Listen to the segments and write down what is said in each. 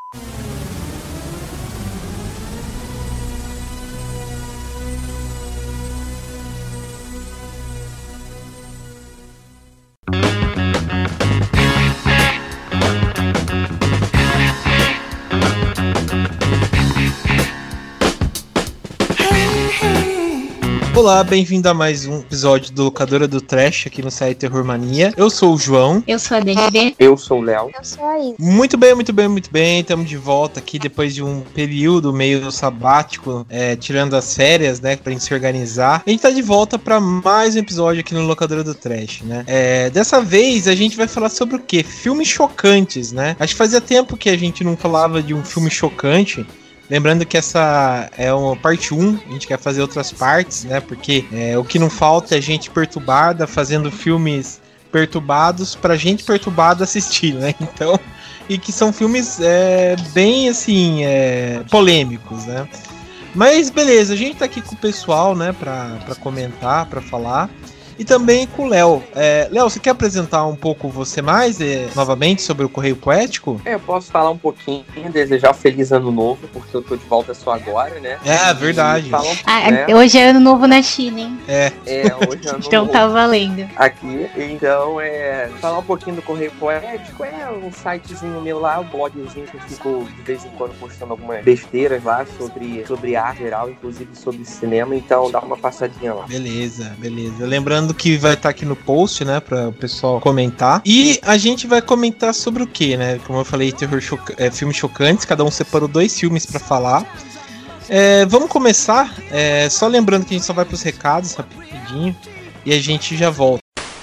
Olá, bem-vindo a mais um episódio do Locadora do Trash aqui no site Terror Mania. Eu sou o João. Eu sou a DNB. Eu sou o Léo. Eu sou a Isa. Muito bem. Estamos de volta aqui depois de um período meio sabático, tirando as férias, né, pra gente se organizar. A gente tá de volta para mais um episódio aqui no Locadora do Trash, né? Dessa vez a gente vai falar sobre o quê? Filmes chocantes, né? Acho que fazia tempo que a gente não falava de um filme chocante. Lembrando que essa é uma parte 1, a gente quer fazer outras partes, né? Porque o que não falta é gente perturbada fazendo filmes perturbados pra gente perturbada assistir, né? Então, e que são filmes bem, assim, polêmicos, né? Mas beleza, a gente tá aqui com o pessoal, né? Pra comentar, pra falar. E também com o Léo. Léo, você quer apresentar um pouco você mais, novamente, sobre o Correio Poético? Eu posso falar um pouquinho, desejar um feliz ano novo, porque eu tô de volta só agora, né? Verdade. Hoje é ano novo na China, hein? Hoje é ano então novo. tá valendo. Aqui, então, falar um pouquinho do Correio Poético, um sitezinho meu lá, um blogzinho que eu fico de vez em quando postando algumas besteiras lá sobre arte geral, inclusive sobre cinema, então dá uma passadinha lá. Beleza. Lembrando que vai estar aqui no post, né, para o pessoal comentar. E a gente vai comentar sobre o que, né? Como eu falei, filmes chocantes. Cada um separou 2 filmes para falar. Vamos começar. Só lembrando que a gente só vai para os recados rapidinho e a gente já volta.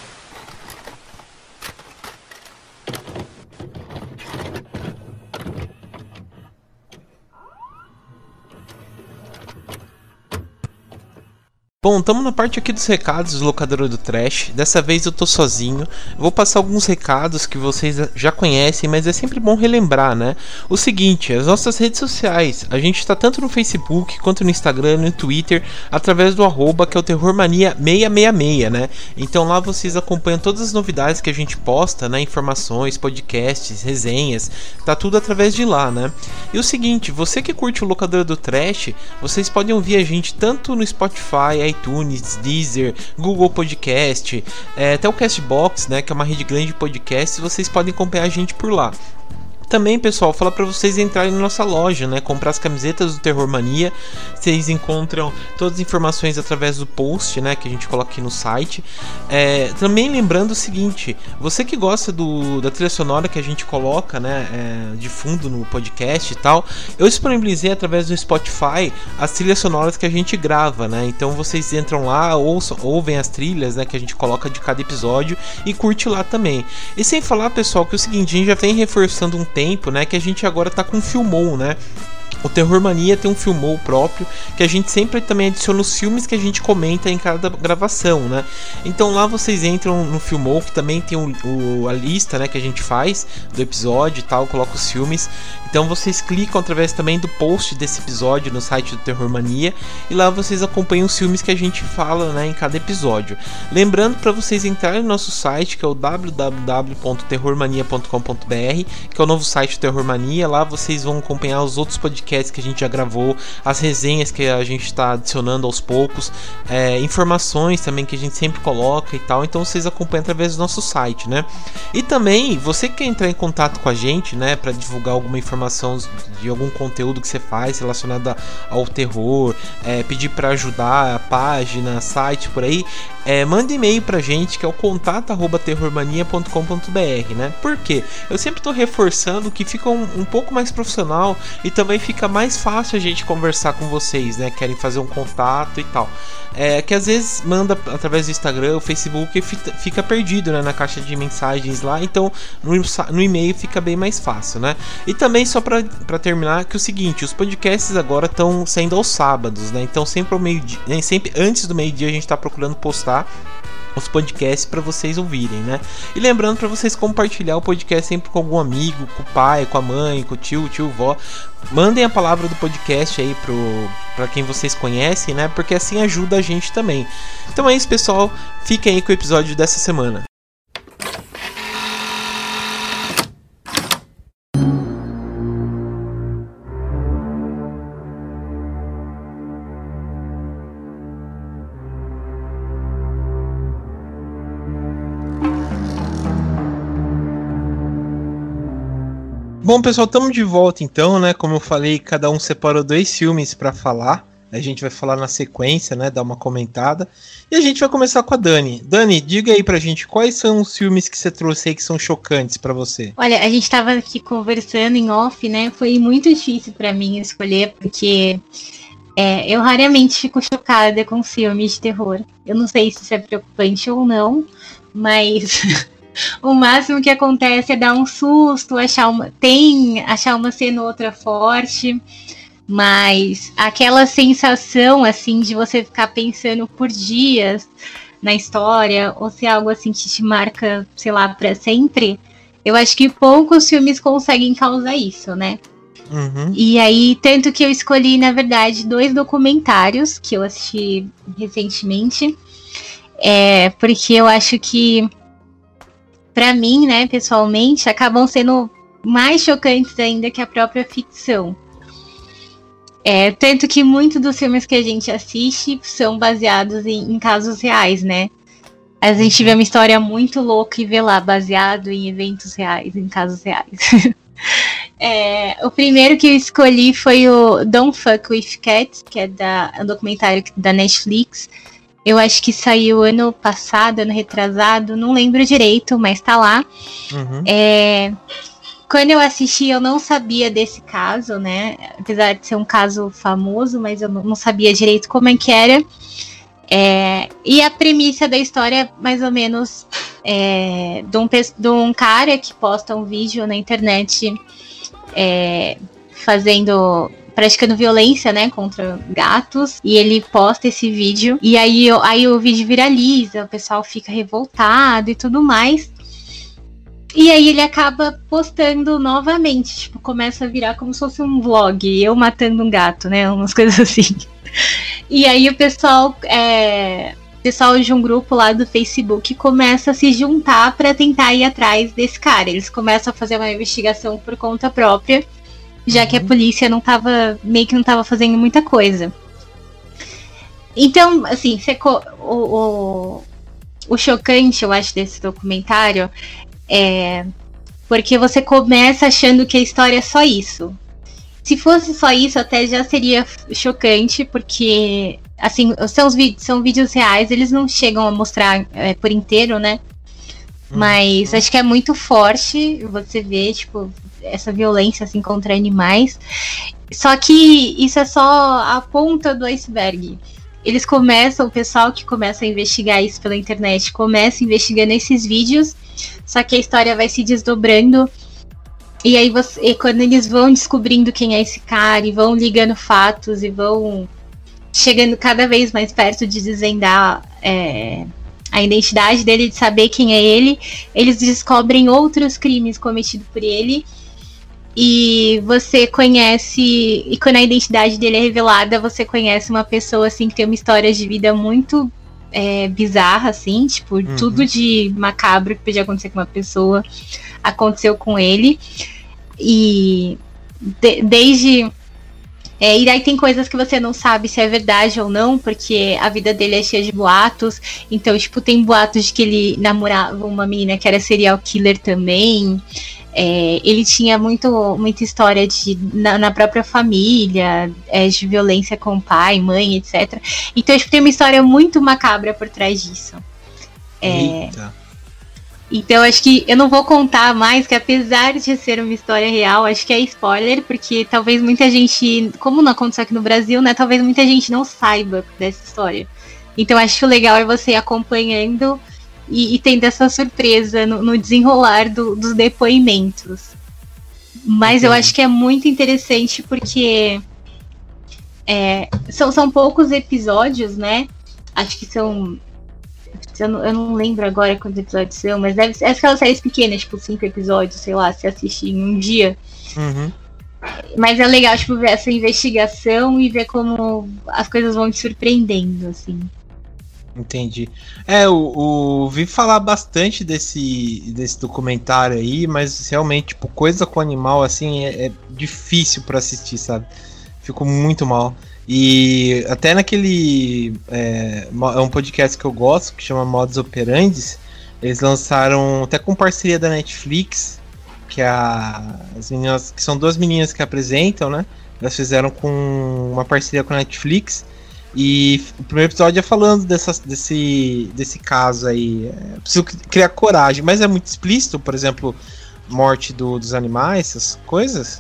Bom, estamos na parte aqui dos recados do Locadora do Trash. Dessa vez eu tô sozinho. Eu vou passar alguns recados que vocês já conhecem, mas é sempre bom relembrar, né? O seguinte, as nossas redes sociais. A gente está tanto no Facebook, quanto no Instagram, no Twitter, através do @ que é o Terrormania666, né? Então lá vocês acompanham todas as novidades que a gente posta, né? Informações, podcasts, resenhas. Tá tudo através de lá, né? E o seguinte, você que curte o Locadora do Trash, vocês podem ouvir a gente tanto no Spotify, iTunes, Deezer, Google Podcast, até o Castbox, né, que é uma rede grande de podcasts, vocês podem acompanhar a gente por lá. Também, pessoal, falar para vocês entrarem na nossa loja, né? Comprar as camisetas do Terror Mania. Vocês encontram todas as informações através do post, né? Que a gente coloca aqui no site. Também lembrando o seguinte: você que gosta da trilha sonora que a gente coloca, né? De fundo no podcast e tal, eu disponibilizei através do Spotify as trilhas sonoras que a gente grava, né? Então vocês entram lá, ouvem as trilhas, né? Que a gente coloca de cada episódio e curte lá também. E sem falar, pessoal, que é o seguinte: a gente já vem reforçando um tempo, né, que a gente agora tá com Filmou, né? O Terror Mania tem um Filmou próprio, que a gente sempre também adiciona os filmes que a gente comenta em cada gravação, né? Então lá vocês entram no Filmou, que também tem a lista, né, que a gente faz do episódio e tal, coloca os filmes. Então vocês clicam através também do post desse episódio no site do Terror Mania, e lá vocês acompanham os filmes que a gente fala, né, em cada episódio. Lembrando para vocês entrarem no nosso site, que é o www.terrormania.com.br, que é o novo site do Terror Mania. Lá vocês vão acompanhar os outros podcasts que a gente já gravou, as resenhas que a gente está adicionando aos poucos, informações também que a gente sempre coloca e tal. Então vocês acompanham através do nosso site, né? E também, você que quer entrar em contato com a gente, né, para divulgar alguma informação de algum conteúdo que você faz relacionado ao terror, pedir para ajudar a página, site, por aí, manda e-mail pra gente, que é o contato@terrormania.com.br, né? Por quê? Eu sempre tô reforçando que fica um pouco mais profissional e também fica mais fácil a gente conversar com vocês, né? Querem fazer um contato e tal. Que às vezes manda através do Instagram, o Facebook, e fica perdido, né, na caixa de mensagens lá. Então no e-mail fica bem mais fácil, né? E também, só pra terminar, que é o seguinte: os podcasts agora estão saindo aos sábados, né? Então sempre ao meio-dia, sempre antes do meio-dia, a gente tá procurando postar os podcasts para vocês ouvirem, né? E lembrando para vocês compartilhar o podcast sempre com algum amigo, com o pai, com a mãe, com o tio, vó. Mandem a palavra do podcast aí para quem vocês conhecem, né? Porque assim ajuda a gente também. Então é isso, pessoal. Fiquem aí com o episódio dessa semana. Bom, pessoal, estamos de volta então, né? Como eu falei, cada um separou 2 filmes para falar. A gente vai falar na sequência, né? Dar uma comentada. E a gente vai começar com a Dani. Dani, diga aí pra gente quais são os filmes que você trouxe aí que são chocantes pra você. Olha, a gente tava aqui conversando em off, né? Foi muito difícil pra mim escolher, porque eu raramente fico chocada com filmes de terror. Eu não sei se isso é preocupante ou não, mas o máximo que acontece é dar um susto, achar uma cena ou outra forte. Mas aquela sensação, assim, de você ficar pensando por dias na história, ou se é algo assim que te marca, sei lá, pra sempre, eu acho que poucos filmes conseguem causar isso, né? Uhum. E aí, tanto que eu escolhi, na verdade, 2 documentários que eu assisti recentemente, porque eu acho que, pra mim, né, pessoalmente, acabam sendo mais chocantes ainda que a própria ficção. Tanto que muitos dos filmes que a gente assiste são baseados em casos reais, né? A gente vê uma história muito louca e vê lá, baseado em eventos reais, em casos reais. O primeiro que eu escolhi foi o Don't Fuck With Cats, que é um documentário da Netflix. Eu acho que saiu ano passado, ano retrasado, não lembro direito, mas tá lá. Uhum. Quando eu assisti, eu não sabia desse caso, né? Apesar de ser um caso famoso, mas eu não sabia direito como é que era. E a premissa da história, mais ou menos, de um cara que posta um vídeo na internet praticando violência, né, contra gatos, e ele posta esse vídeo, e aí o vídeo viraliza, o pessoal fica revoltado e tudo mais. E aí ele acaba postando novamente, tipo, começa a virar como se fosse um vlog, eu matando um gato, né, umas coisas assim. E aí o pessoal de um grupo lá do Facebook começa a se juntar para tentar ir atrás desse cara. Eles começam a fazer uma investigação por conta própria, já que a polícia meio que não tava fazendo muita coisa. Então, assim, o chocante, eu acho, desse documentário porque você começa achando que a história é só isso. Se fosse só isso, até já seria chocante, porque assim, são vídeos reais, eles não chegam a mostrar por inteiro, né? Mas acho que é muito forte você ver, tipo, essa violência assim contra animais. Só que isso é só a ponta do iceberg. O pessoal que começa a investigar isso pela internet, começa investigando esses vídeos, só que a história vai se desdobrando. E aí quando eles vão descobrindo quem é esse cara, e vão ligando fatos, e vão chegando cada vez mais perto de desvendar a identidade dele, de saber quem é ele, eles descobrem outros crimes cometidos por ele. E você conhece, e quando a identidade dele é revelada, você conhece uma pessoa assim que tem uma história de vida muito bizarra, assim, tipo, tudo de macabro que podia acontecer com uma pessoa aconteceu com ele. E e daí tem coisas que você não sabe se é verdade ou não, porque a vida dele é cheia de boatos. Então, tipo, tem boatos de que ele namorava uma menina que era serial killer também. Ele tinha muita história na própria família, de violência com pai, mãe, etc. Então, tipo, tem uma história muito macabra por trás disso. Eita. Então, acho que eu não vou contar mais, que apesar de ser uma história real, acho que é spoiler, porque talvez muita gente, como não aconteceu aqui no Brasil, né, talvez muita gente não saiba dessa história. Então, acho que o legal é você ir acompanhando e tendo essa surpresa no desenrolar dos depoimentos. Mas eu acho que é muito interessante porque são poucos episódios, né? Acho que são... Eu não lembro agora quantos episódios são, mas deve ser aquelas séries pequenas, tipo 5 episódios, sei lá, se assistir em um dia. Uhum. Mas é legal, tipo, ver essa investigação e ver como as coisas vão te surpreendendo, assim. Entendi. Eu vi falar bastante desse documentário aí, mas realmente, tipo, coisa com animal, assim, é difícil pra assistir, sabe? Fico muito mal. E até naquele... É um podcast que eu gosto, que chama Modus Operandi. Eles lançaram, até com parceria da Netflix, que as meninas, que são duas meninas que apresentam, né? Elas fizeram com uma parceria com a Netflix. E o primeiro episódio é falando desse caso aí. Preciso criar coragem, mas é muito explícito, por exemplo, morte dos animais, essas coisas.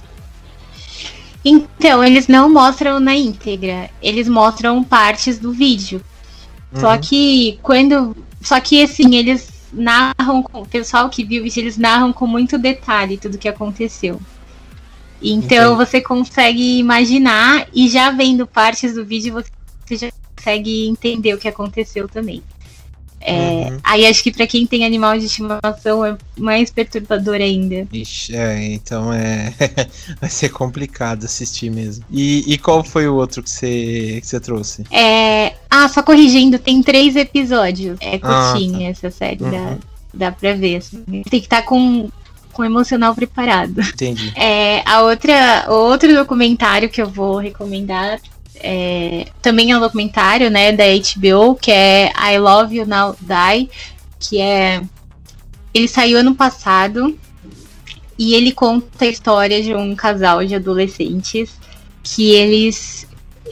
Então, eles não mostram na íntegra, eles mostram partes do vídeo. Só que assim, eles narram, o pessoal que viu isso, eles narram com muito detalhe tudo que aconteceu. Então você consegue imaginar, e já vendo partes do vídeo, você já consegue entender o que aconteceu também. Aí acho que pra quem tem animal de estimação é mais perturbador ainda. Ixi, então vai ser complicado assistir mesmo. E qual foi o outro que você trouxe? Só corrigindo, tem 3 episódios. É curtinha essa série, dá pra ver. Assim. Tem que estar com o emocional preparado. Entendi. O outro documentário que eu vou recomendar também é um documentário, né, da HBO, que é I Love You Now Die, que ele saiu ano passado e ele conta a história de um casal de adolescentes que eles...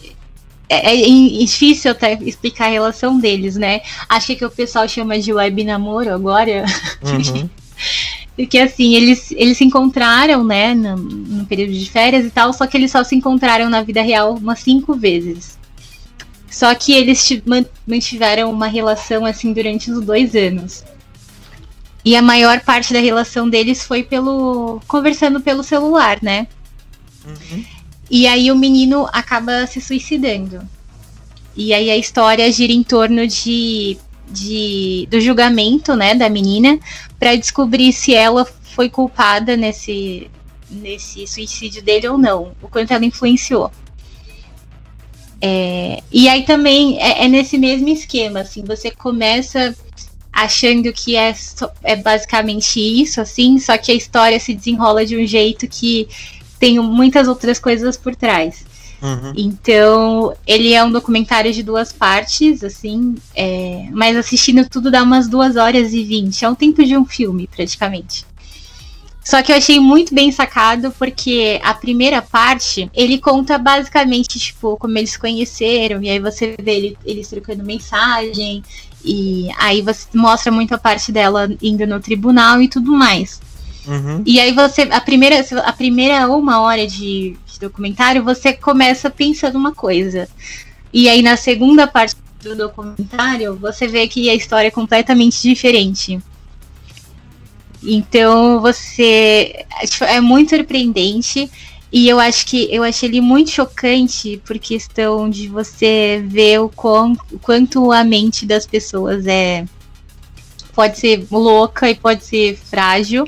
É difícil até explicar a relação deles, né? Acho que o pessoal chama de web namoro agora. Porque assim, eles se encontraram, né, no período de férias e tal, só que eles só se encontraram na vida real umas 5 vezes. Só que eles mantiveram uma relação assim durante os 2 anos. E a maior parte da relação deles foi conversando pelo celular, né? E aí o menino acaba se suicidando. E aí a história gira em torno do julgamento, né, da menina, para descobrir se ela foi culpada nesse suicídio dele ou não, o quanto ela influenciou. E aí também é nesse mesmo esquema, assim, você começa achando que é basicamente isso, assim, só que a história se desenrola de um jeito que tem muitas outras coisas por trás. Então, ele é um documentário de 2 partes, assim, mas assistindo tudo dá umas 2h20, é o tempo de um filme, praticamente. Só que eu achei muito bem sacado, porque a primeira parte, ele conta basicamente, tipo, como eles se conheceram, e aí você vê eles trocando mensagem, e aí você mostra muito a parte dela indo no tribunal e tudo mais. E aí a primeira 1h de documentário, você começa pensando uma coisa. E aí na segunda parte do documentário, você vê que a história é completamente diferente. Então é muito surpreendente. E eu achei ele muito chocante por questão de você ver o quanto a mente das pessoas pode ser louca e pode ser frágil.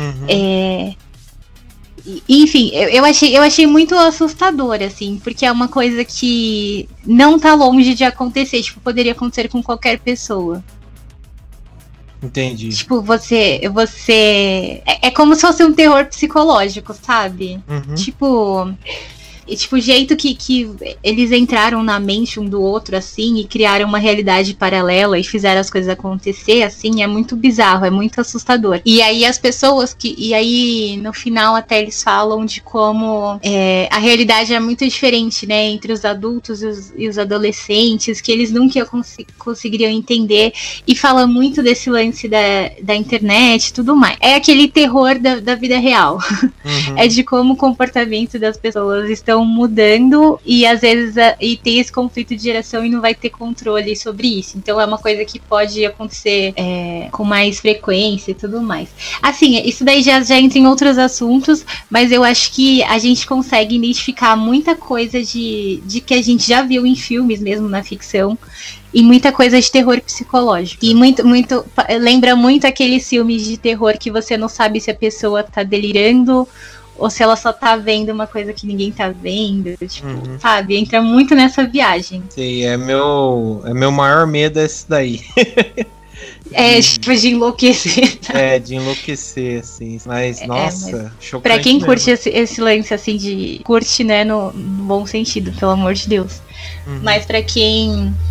Enfim, eu achei muito assustador, assim, porque é uma coisa que não tá longe de acontecer, tipo, poderia acontecer com qualquer pessoa. Entendi. Tipo, você é como se fosse um terror psicológico, sabe? Tipo, o jeito que eles entraram na mente um do outro, assim, e criaram uma realidade paralela e fizeram as coisas acontecer, assim, é muito bizarro, é muito assustador. E aí as pessoas e aí no final até eles falam de como a realidade é muito diferente, né, entre os adultos e os adolescentes, que eles nunca conseguiriam entender, e fala muito desse lance da internet e tudo mais. É aquele terror da vida real. É de como o comportamento das pessoas estão mudando e às vezes e tem esse conflito de geração e não vai ter controle sobre isso. Então é uma coisa que pode acontecer com mais frequência e tudo mais. Assim, isso daí já entra em outros assuntos, mas eu acho que a gente consegue identificar muita coisa de que a gente já viu em filmes mesmo, na ficção, e muita coisa de terror psicológico. E muito lembra muito aqueles filmes de terror que você não sabe se a pessoa tá delirando ou se ela só tá vendo uma coisa que ninguém tá vendo, tipo, sabe? Entra muito nessa viagem. Sim, é meu maior medo esse daí. Tipo, de enlouquecer. De enlouquecer, assim. Mas, nossa, chocante. Pra quem curte esse lance, assim, curte, né, no bom sentido, pelo amor de Deus. Mas pra quem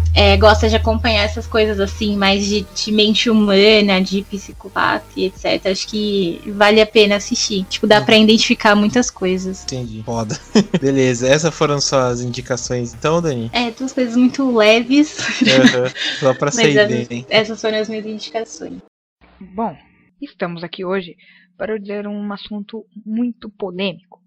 gosta de acompanhar essas coisas assim, mais de mente humana, de psicopata e etc. Acho que vale a pena assistir. Tipo, dá pra identificar muitas coisas. Entendi. Foda. Beleza, essas foram suas indicações então, Dani? 2 coisas muito leves. Só pra sair bem. Essas foram as minhas indicações. Bom, estamos aqui hoje para dizer um assunto muito polêmico.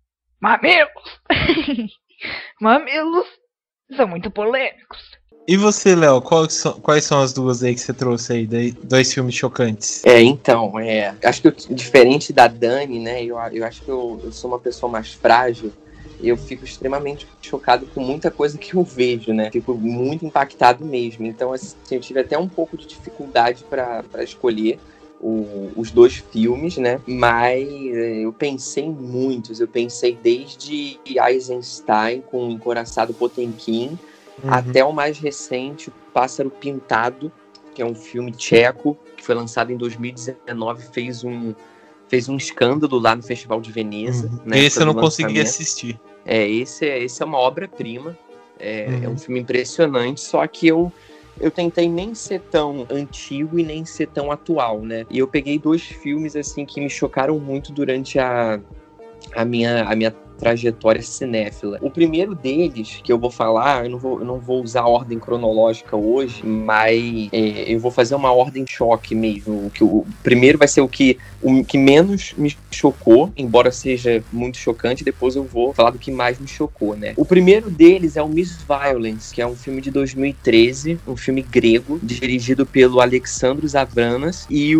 Mamilos! Mamilos são muito polêmicos. E você, Léo, quais são as duas aí que você trouxe aí, 2 filmes chocantes? Então, acho que diferente da Dani, né, eu acho que eu sou uma pessoa mais frágil. Eu fico extremamente chocado com muita coisa que eu vejo, né? Fico muito impactado mesmo. Então, assim, eu tive até um pouco de dificuldade para escolher os 2 filmes, né? Mas eu pensei em muitos. Eu pensei desde Eisenstein com Encoraçado Potemkin, até o mais recente, O Pássaro Pintado, que é um filme tcheco, que foi lançado em 2019, fez um escândalo lá no Festival de Veneza. Né, esse eu não consegui assistir. Esse é uma obra-prima. É um filme impressionante, só que eu tentei nem ser tão antigo e nem ser tão atual, né? E eu peguei 2 filmes, assim, que me chocaram muito durante a minha trajetória cinéfila. O primeiro deles, que eu vou falar, eu não vou usar a ordem cronológica hoje, mas eu vou fazer uma ordem choque mesmo. O primeiro vai ser o que menos me chocou, embora seja muito chocante, depois eu vou falar do que mais me chocou, né? O primeiro deles é o Miss Violence, que é um filme de 2013, um filme grego, dirigido pelo Alexandros Avranas, e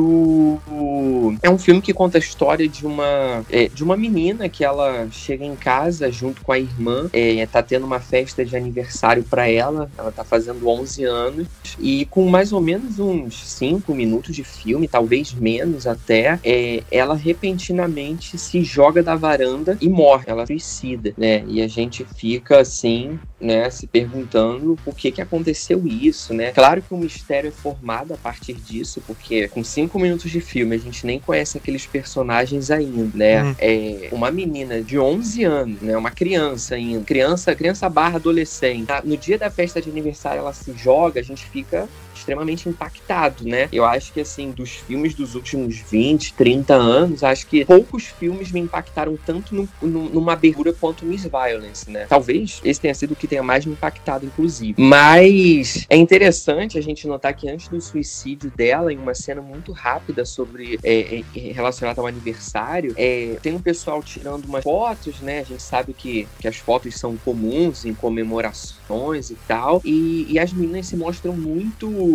é um filme que conta a história de uma menina que ela chega em casa junto com a irmã, tá tendo uma festa de aniversário para ela tá fazendo 11 anos, e com mais ou menos uns 5 minutos de filme, talvez menos até, ela repentinamente se joga da varanda e morre, ela suicida, né, e a gente fica assim, né, se perguntando por que aconteceu isso, né. Claro que o mistério é formado a partir disso, porque com 5 minutos de filme a gente nem conhece aqueles personagens ainda, né. Uma menina de 11 anos, né, uma criança ainda, criança / adolescente, no dia da festa de aniversário ela se joga, a gente fica extremamente impactado, né? Eu acho que, assim, dos filmes dos últimos 20, 30 anos, acho que poucos filmes me impactaram tanto numa abertura quanto Miss Violence, né? Talvez esse tenha sido o que tenha mais me impactado, inclusive. Mas é interessante a gente notar que antes do suicídio dela, em uma cena muito rápida sobre relacionada ao aniversário, tem um pessoal tirando umas fotos, né? A gente sabe que as fotos são comuns em comemorações e tal, e as meninas se mostram muito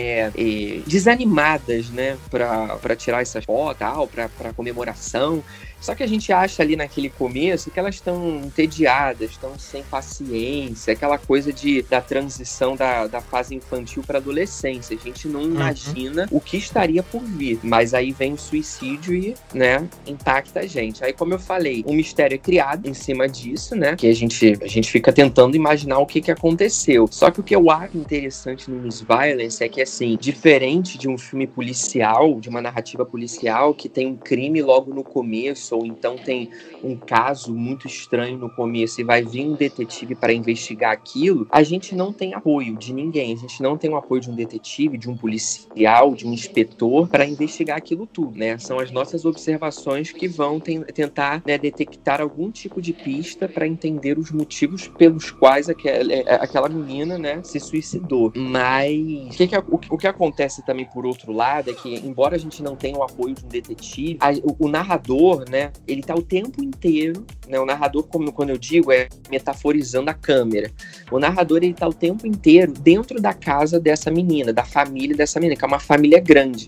desanimadas, né, pra tirar essas fotos, pra comemoração. Só que a gente acha ali naquele começo que elas estão entediadas, estão sem paciência, aquela coisa da transição da fase infantil para adolescência. A gente não imagina o que estaria por vir. Mas aí vem o suicídio e, né, impacta a gente. Aí, como eu falei, um mistério é criado em cima disso, né, que a gente fica tentando imaginar o que aconteceu. Só que o que eu acho interessante no Miss Violence é que, assim, diferente de um filme policial, de uma narrativa policial, que tem um crime logo no começo, ou então tem um caso muito estranho no começo e vai vir um detetive para investigar aquilo, a gente não tem apoio de ninguém, a gente não tem o apoio de um detetive, de um policial, de um inspetor para investigar aquilo tudo, né? São as nossas observações que vão tentar, né, detectar algum tipo de pista para entender os motivos pelos quais aquela menina, né, se suicidou. Mas o que acontece também, por outro lado, é que, embora a gente não tenha o apoio de um detetive, o narrador, né, ele tá o tempo inteiro, né, o narrador, como quando eu digo, metaforizando a câmera. O narrador, ele tá o tempo inteiro dentro da casa dessa menina, da família dessa menina, que é uma família grande.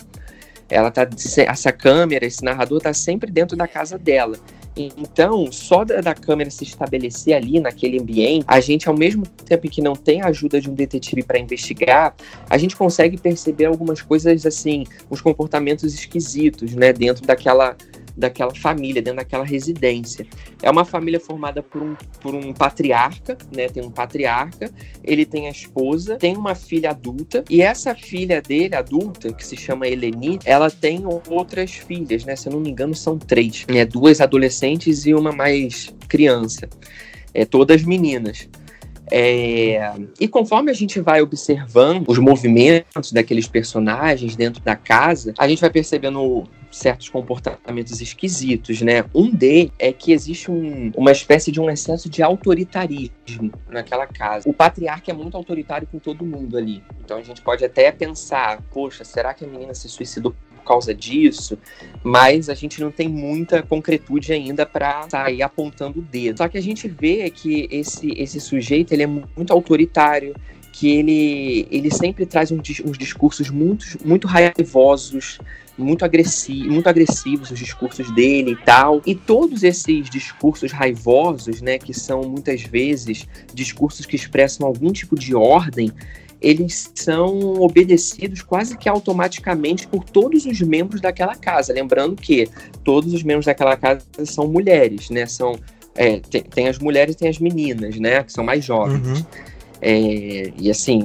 Essa câmera, esse narrador tá sempre dentro da casa dela. Então, só da câmera se estabelecer ali naquele ambiente, a gente, ao mesmo tempo que não tem a ajuda de um detetive para investigar, a gente consegue perceber algumas coisas, assim, uns comportamentos esquisitos, né, dentro daquela família, dentro daquela residência. É uma família formada por um patriarca, né? Tem um patriarca, ele tem a esposa, tem uma filha adulta, e essa filha dele, adulta, que se chama Eleni, ela tem outras filhas, né? Se eu não me engano, são 3, né? 2 adolescentes e uma mais criança. Todas meninas. E conforme a gente vai observando os movimentos daqueles personagens dentro da casa, a gente vai percebendo certos comportamentos esquisitos, né? Um deles é que existe uma espécie de um excesso de autoritarismo naquela casa. O patriarca é muito autoritário com todo mundo ali. Então a gente pode até pensar, poxa, será que a menina se suicidou por causa disso? Mas a gente não tem muita concretude ainda para sair apontando o dedo. Só que a gente vê que esse sujeito, ele é muito autoritário, que ele sempre traz uns discursos muito raivosos, muito agressivos os discursos dele e tal. E todos esses discursos raivosos, né, que são muitas vezes discursos que expressam algum tipo de ordem, eles são obedecidos quase que automaticamente por todos os membros daquela casa. Lembrando que todos os membros daquela casa são mulheres, né? Tem as mulheres e tem as meninas, né? Que são mais jovens. E assim,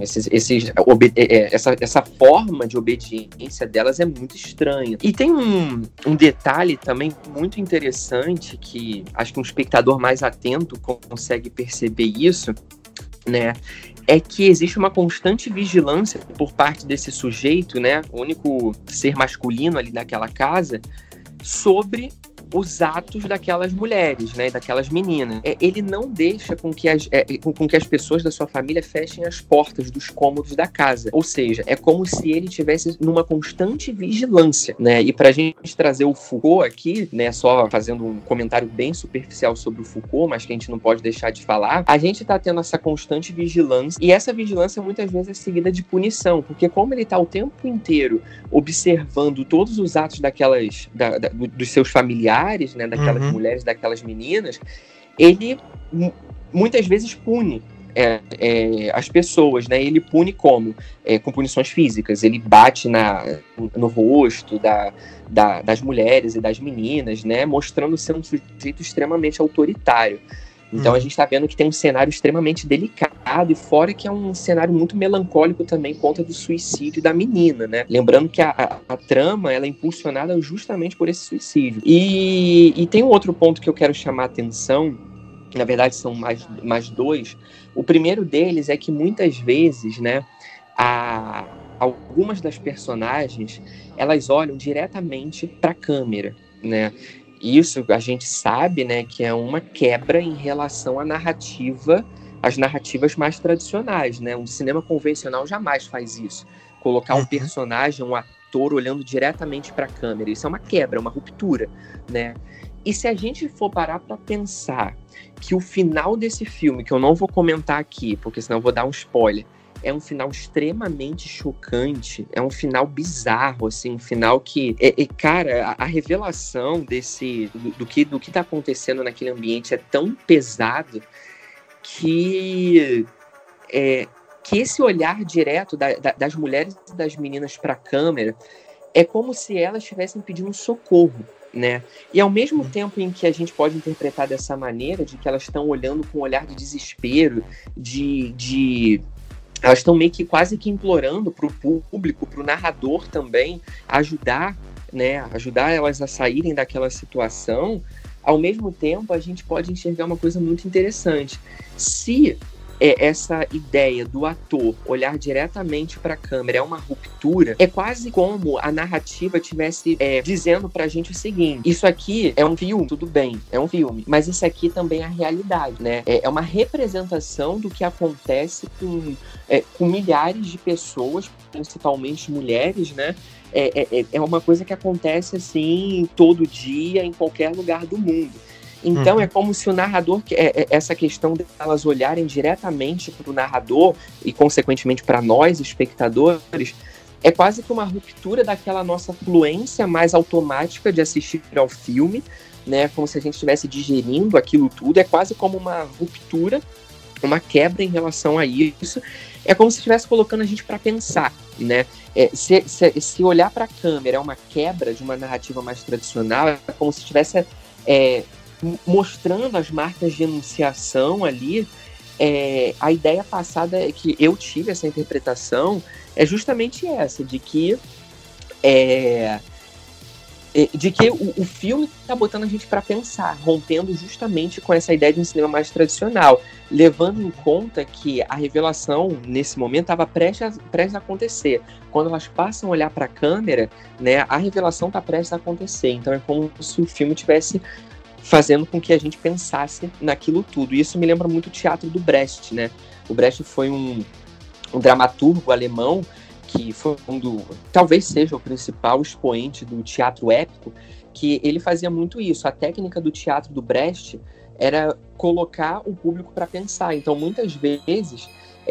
essa forma de obediência delas é muito estranha. E tem um detalhe também muito interessante, que acho que um espectador mais atento consegue perceber isso, né? É que existe uma constante vigilância por parte desse sujeito, né? O único ser masculino ali daquela casa, sobre os atos daquelas mulheres, né, daquelas meninas. Ele não deixa com que as pessoas da sua família fechem as portas dos cômodos da casa. Ou seja, é como se ele estivesse numa constante vigilância, né? E pra gente trazer o Foucault aqui, né, só fazendo um comentário bem superficial sobre o Foucault, mas que a gente não pode deixar de falar, a gente tá tendo essa constante vigilância, e essa vigilância muitas vezes é seguida de punição, porque como ele tá o tempo inteiro observando todos os atos dos seus familiares, né, daquelas mulheres, daquelas meninas, ele muitas vezes pune as pessoas, né? Ele pune como? Com punições físicas. Ele bate no rosto das mulheres e das meninas, né? Mostrando ser um sujeito extremamente autoritário. Então a gente está vendo que tem um cenário extremamente delicado, e fora que é um cenário muito melancólico também, conta do suicídio da menina, né? Lembrando que a trama, ela é impulsionada justamente por esse suicídio. E tem um outro ponto que eu quero chamar a atenção, na verdade são mais dois. O primeiro deles é que muitas vezes, né, algumas das personagens, elas olham diretamente para a câmera, né? Isso a gente sabe, né, que é uma quebra em relação às narrativas mais tradicionais, né? Um cinema convencional jamais faz isso. Colocar um personagem, um ator olhando diretamente para a câmera. Isso é uma quebra, uma ruptura, né? E se a gente for parar para pensar que o final desse filme, que eu não vou comentar aqui, porque senão eu vou dar um spoiler, é um final extremamente chocante, é um final bizarro, assim, um final que... cara, a revelação do que tá acontecendo naquele ambiente é tão pesado que esse olhar direto das mulheres e das meninas para a câmera é como se elas estivessem pedindo socorro, né? E ao mesmo tempo em que a gente pode interpretar dessa maneira, de que elas estão olhando com um olhar de desespero, elas estão meio que quase que implorando para o público, para o narrador também, ajudar elas a saírem daquela situação. Ao mesmo tempo, a gente pode enxergar uma coisa muito interessante. Se essa ideia do ator olhar diretamente para a câmera é uma ruptura, é quase como a narrativa estivesse dizendo pra gente o seguinte: isso aqui é um filme, tudo bem, é um filme, mas isso aqui também é a realidade, né? É uma representação do que acontece com milhares de pessoas, principalmente mulheres, né? É uma coisa que acontece assim todo dia, em qualquer lugar do mundo. Então é como se o narrador, essa questão delas olharem diretamente para o narrador e consequentemente para nós, espectadores, é quase que uma ruptura daquela nossa fluência mais automática de assistir ao filme, né? Como se a gente estivesse digerindo aquilo tudo. É quase como uma ruptura, uma quebra em relação a isso. É como se estivesse colocando a gente para pensar, né? Se olhar para a câmera é uma quebra de uma narrativa mais tradicional, é como se estivesse mostrando as marcas de enunciação ali. A ideia passada é que eu tive essa interpretação, é justamente essa, de que de que o filme tá botando a gente para pensar, rompendo justamente com essa ideia de um cinema mais tradicional, levando em conta que a revelação, nesse momento, estava prestes a acontecer. Quando elas passam a olhar para a câmera, né, a revelação está prestes a acontecer. Então é como se o filme tivesse fazendo com que a gente pensasse naquilo tudo. E isso me lembra muito o teatro do Brecht, né? O Brecht foi um dramaturgo alemão que foi talvez seja o principal expoente do teatro épico, que ele fazia muito isso. A técnica do teatro do Brecht era colocar o público para pensar. Então, muitas vezes,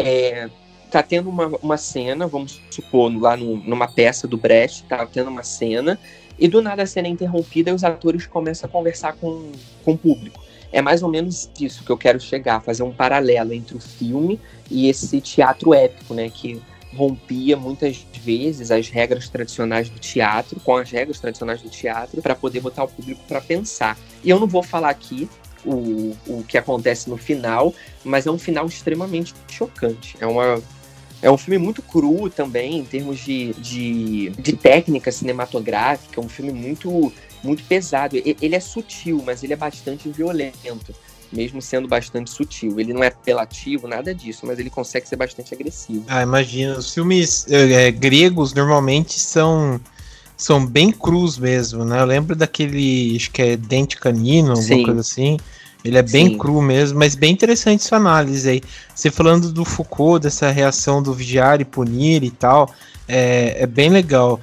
tá tendo uma cena, vamos supor, lá numa peça do Brecht, tá tendo uma cena, e do nada a cena é interrompida e os atores começam a conversar com o público. É mais ou menos isso que eu quero chegar, fazer um paralelo entre o filme e esse teatro épico, né, que rompia muitas vezes as regras tradicionais do teatro, com as regras tradicionais do teatro, para poder botar o público para pensar. E eu não vou falar aqui o que acontece no final, mas é um final extremamente chocante. É um filme muito cru também, em termos de técnica cinematográfica, um filme muito, muito pesado. Ele é sutil, mas ele é bastante violento, mesmo sendo bastante sutil. Ele não é apelativo, nada disso, mas ele consegue ser bastante agressivo. Imagina, os filmes gregos normalmente são bem crus mesmo, né? Eu lembro daquele, acho que é Dente Canino, alguma coisa assim. Ele é bem cru mesmo, mas bem interessante sua análise aí. Você falando do Foucault, dessa reação do vigiar e punir e tal, é bem legal.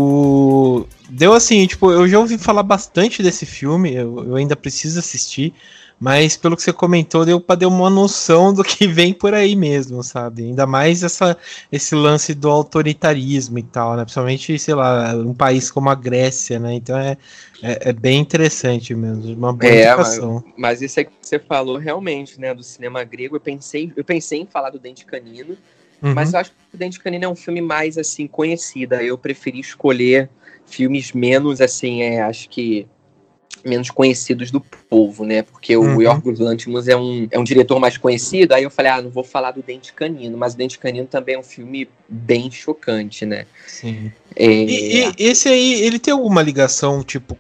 Deu assim, tipo, eu já ouvi falar bastante desse filme, eu ainda preciso assistir, mas pelo que você comentou, deu pra ter uma noção do que vem por aí mesmo, sabe? Ainda mais esse lance do autoritarismo e tal, né? Principalmente, sei lá, um país como a Grécia, né? Então é bem interessante mesmo, uma boa indicação. Mas isso aí que você falou realmente, né? Do cinema grego, eu pensei em falar do Dente Canino, mas eu acho que o Dente Canino é um filme mais, assim, conhecido. Eu preferi escolher filmes menos, assim, acho que menos conhecidos do povo, né? Porque o Yorgos Lanthimos é um diretor mais conhecido, aí eu falei, não vou falar do Dente Canino, mas o Dente Canino também é um filme bem chocante, né? Sim. E esse aí, ele tem alguma ligação, tipo,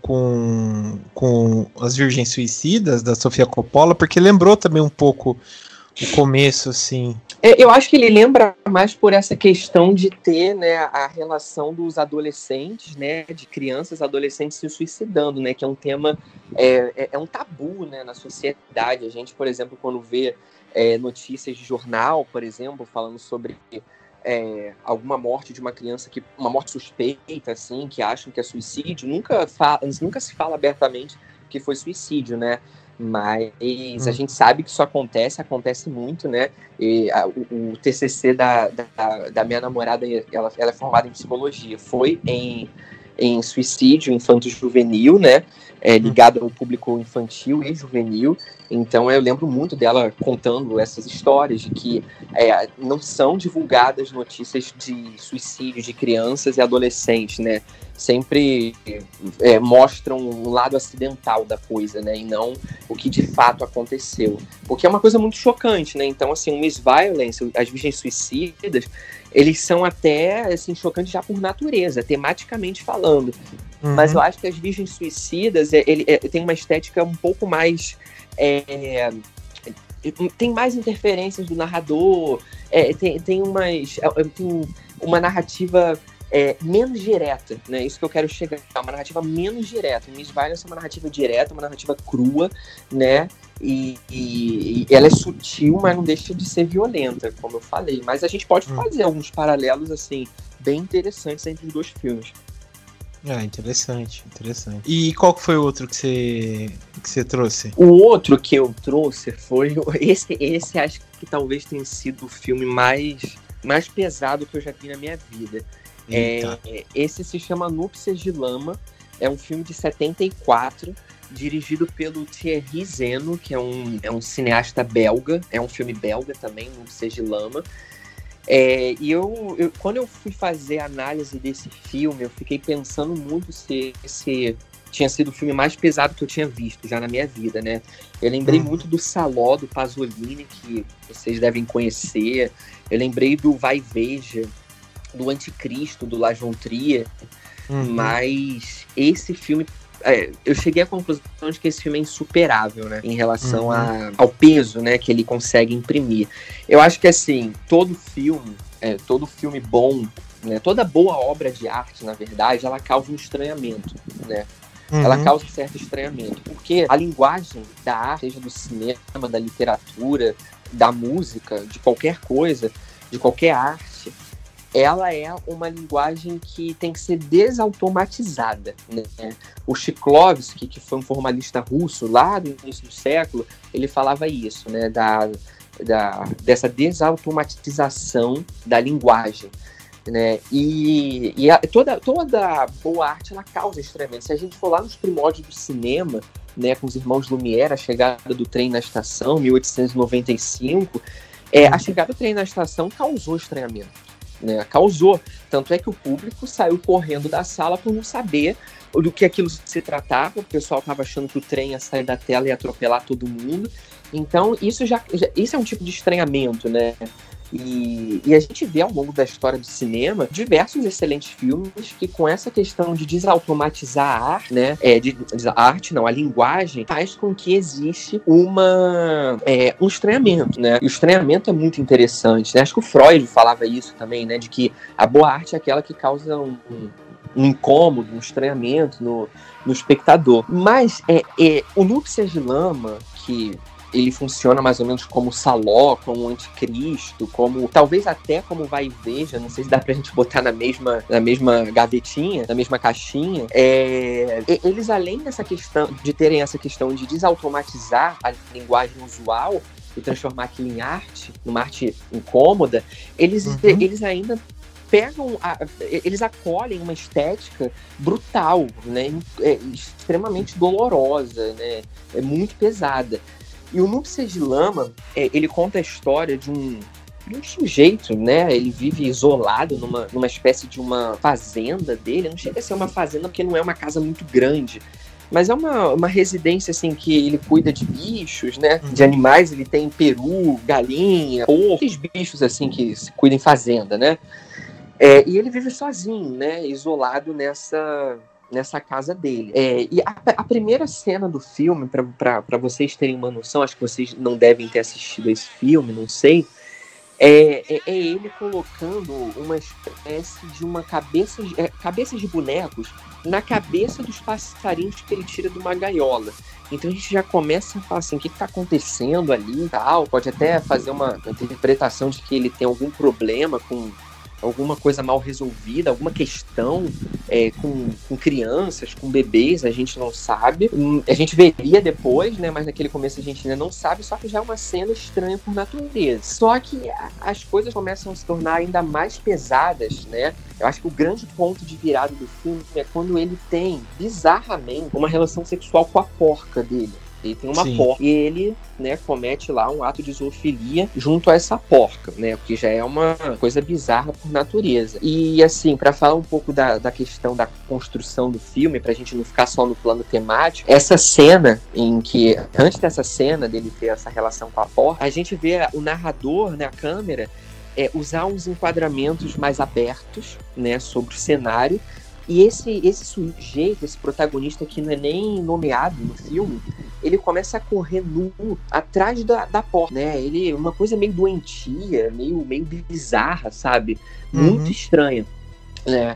com As Virgens Suicidas, da Sofia Coppola? Porque lembrou também um pouco o começo, assim. Eu acho que ele lembra mais por essa questão de ter, né, a relação dos adolescentes, né, de crianças e adolescentes se suicidando, né, que é um tema, é um tabu, né, na sociedade. A gente, por exemplo, quando vê notícias de jornal, por exemplo, falando sobre alguma morte de uma criança, uma morte suspeita, assim, que acham que é suicídio, nunca se fala abertamente que foi suicídio, né? Mas a gente sabe que isso acontece muito, né? E o TCC da minha namorada, ela é formada em psicologia, foi em suicídio infanto-juvenil, né? Ligado ao público infantil e juvenil. Então eu lembro muito dela contando essas histórias de que não são divulgadas notícias de suicídio de crianças e adolescentes, né? Sempre mostram um lado acidental da coisa, né? E não o que de fato aconteceu. Porque é uma coisa muito chocante, né? Então, assim, o Miss Violence, As Virgens Suicidas, eles são até, assim, chocantes já por natureza, tematicamente falando. Mas eu acho que As Virgens Suicidas tem uma estética um pouco mais... tem mais interferências do narrador, tem uma narrativa menos direta, né? Isso que eu quero chegar, uma narrativa menos direta. Miss Violence é uma narrativa direta, uma narrativa crua, né? E ela é sutil, mas não deixa de ser violenta, como eu falei. Mas a gente pode fazer alguns paralelos, assim, bem interessantes entre os dois filmes. Interessante. E qual que foi o outro que você trouxe? O outro que eu trouxe foi... Esse acho que talvez tenha sido o filme mais pesado que eu já vi na minha vida. Esse se chama Núpcias de Lama. É um filme de 74, dirigido pelo Thierry Zeno, que é um cineasta belga. É um filme belga também, Núpcias de Lama. E quando eu fui fazer a análise desse filme, eu fiquei pensando muito se esse tinha sido o filme mais pesado que eu tinha visto já na minha vida, né? Eu lembrei muito do Saló, do Pasolini, que vocês devem conhecer. Eu lembrei do Vai e Veja, do Anticristo, do La Jontria, mas esse filme... eu cheguei à conclusão de que esse filme é insuperável, né? Em relação ao peso, né, que ele consegue imprimir. Eu acho que, assim, todo filme bom, né, toda boa obra de arte, na verdade, ela causa um estranhamento, né? Ela causa um certo estranhamento, porque a linguagem da arte, seja do cinema, da literatura, da música, de qualquer coisa, de qualquer arte, ela é uma linguagem que tem que ser desautomatizada, né? O Shklovsky, que foi um formalista russo lá no início do século, ele falava isso, né? Dessa desautomatização da linguagem, né? E toda boa arte, ela causa estranhamento. Se a gente for lá nos primórdios do cinema, né, com os irmãos Lumière, a chegada do trem na estação, 1895, a chegada do trem na estação causou estranhamento. Né, causou, tanto é que o público saiu correndo da sala por não saber do que aquilo se tratava. O pessoal estava achando que o trem ia sair da tela e ia atropelar todo mundo. Então isso é um tipo de estranhamento, né? E a gente vê ao longo da história do cinema diversos excelentes filmes que, com essa questão de desautomatizar a arte, né, a linguagem, faz com que existe um estranhamento, né? E o estranhamento é muito interessante, né? Acho que o Freud falava isso também, né? De que a boa arte é aquela que causa um incômodo, um estranhamento no espectador. Mas o Núpcias de Lama, que ele funciona mais ou menos como Saló, como Anticristo, como talvez até como Vai e Veja, não sei se dá pra gente botar na mesma gavetinha, na mesma caixinha. Eles, além dessa questão de terem essa questão de desautomatizar a linguagem usual e transformar aquilo em arte, numa arte incômoda, eles ainda eles acolhem uma estética brutal, né? Extremamente dolorosa, né? É muito pesada. E o Núpcias de Lama, ele conta a história de um sujeito, né? Ele vive isolado numa espécie de uma fazenda dele. Não chega a ser uma fazenda porque não é uma casa muito grande, mas é uma residência, assim, que ele cuida de bichos, né? De animais. Ele tem peru, galinha, porco, esses bichos, assim, que se cuidam em fazenda, né? E ele vive sozinho, né? Isolado nessa casa dele. E a primeira cena do filme, para vocês terem uma noção, acho que vocês não devem ter assistido a esse filme, não sei, é ele colocando uma espécie de uma cabeça de bonecos na cabeça dos passarinhos que ele tira de uma gaiola. Então a gente já começa a falar assim, o que está acontecendo ali e tal. Pode até fazer uma interpretação de que ele tem algum problema com alguma coisa mal resolvida, alguma questão com crianças, com bebês, a gente não sabe. A gente veria depois, né? Mas naquele começo a gente ainda não sabe, só que já é uma cena estranha por natureza. Só que as coisas começam a se tornar ainda mais pesadas, né? Eu acho que o grande ponto de virada do filme é quando ele tem, bizarramente, uma relação sexual com a porca dele. Ele tem uma porca e ele, né, comete lá um ato de zoofilia junto a essa porca, né, porque já é uma coisa bizarra por natureza. E, assim, para falar um pouco da questão da construção do filme, pra gente não ficar só no plano temático, essa cena em que, antes dessa cena dele ter essa relação com a porca, a gente vê o narrador, né, a câmera, usar uns enquadramentos mais abertos, né, sobre o cenário. E esse sujeito, esse protagonista que não é nem nomeado no filme, ele começa a correr nu atrás da porta, né? Ele, uma coisa meio doentia, meio bizarra, sabe? Muito estranha, né?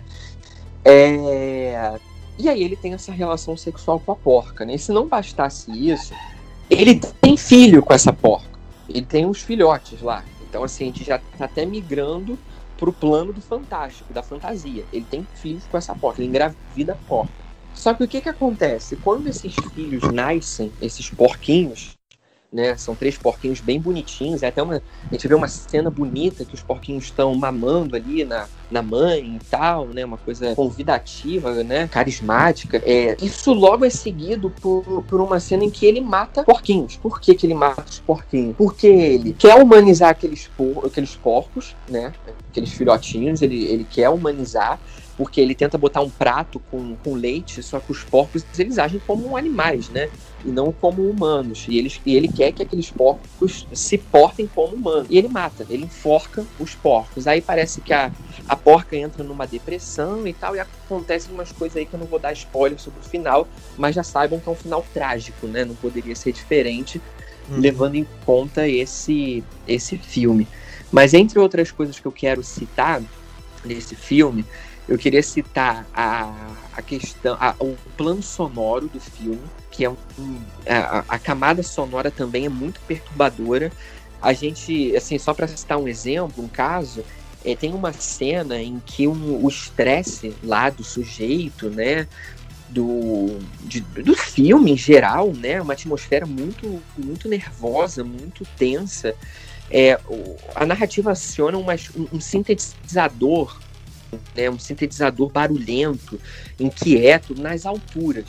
E aí ele tem essa relação sexual com a porca, né? E se não bastasse isso, ele tem filho com essa porca. Ele tem uns filhotes lá. Então, assim, a gente já tá até migrando pro plano do fantástico, da fantasia. Ele tem filhos com essa porca, ele engravida a porca. Só que o que acontece? Quando esses filhos nascem, esses porquinhos, né, são 3 porquinhos bem bonitinhos, a gente vê uma cena bonita que os porquinhos estão mamando ali na mãe e tal, né, uma coisa convidativa, né, carismática. Isso logo é seguido por uma cena em que ele mata porquinhos. Por que ele mata os porquinhos? Porque ele quer humanizar aqueles porcos, né, aqueles filhotinhos, ele quer humanizar, porque ele tenta botar um prato com leite, só que os porcos, eles agem como animais, né? E não como humanos. E ele quer que aqueles porcos se portem como humanos. E ele mata, ele enforca os porcos. Aí parece que a porca entra numa depressão e tal, e acontecem umas coisas aí que eu não vou dar spoiler sobre o final, mas já saibam que é um final trágico, né? Não poderia ser diferente, levando em conta esse filme. Mas entre outras coisas que eu quero citar nesse filme, eu queria citar a questão, o plano sonoro do filme, que é a camada sonora também é muito perturbadora. A gente, assim, só para citar um exemplo, um caso, tem uma cena em que o estresse lá do sujeito, né, do filme em geral, né, uma atmosfera muito, muito nervosa, muito tensa. A narrativa aciona um sintetizador, né, um sintetizador barulhento, inquieto, nas alturas.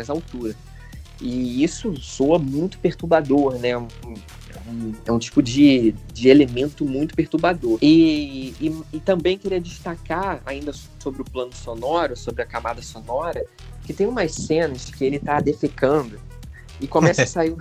E isso soa muito perturbador, né? É um tipo de elemento muito perturbador. E também queria destacar, ainda sobre o plano sonoro, sobre a camada sonora, que tem umas cenas que ele tá defecando e começa a sair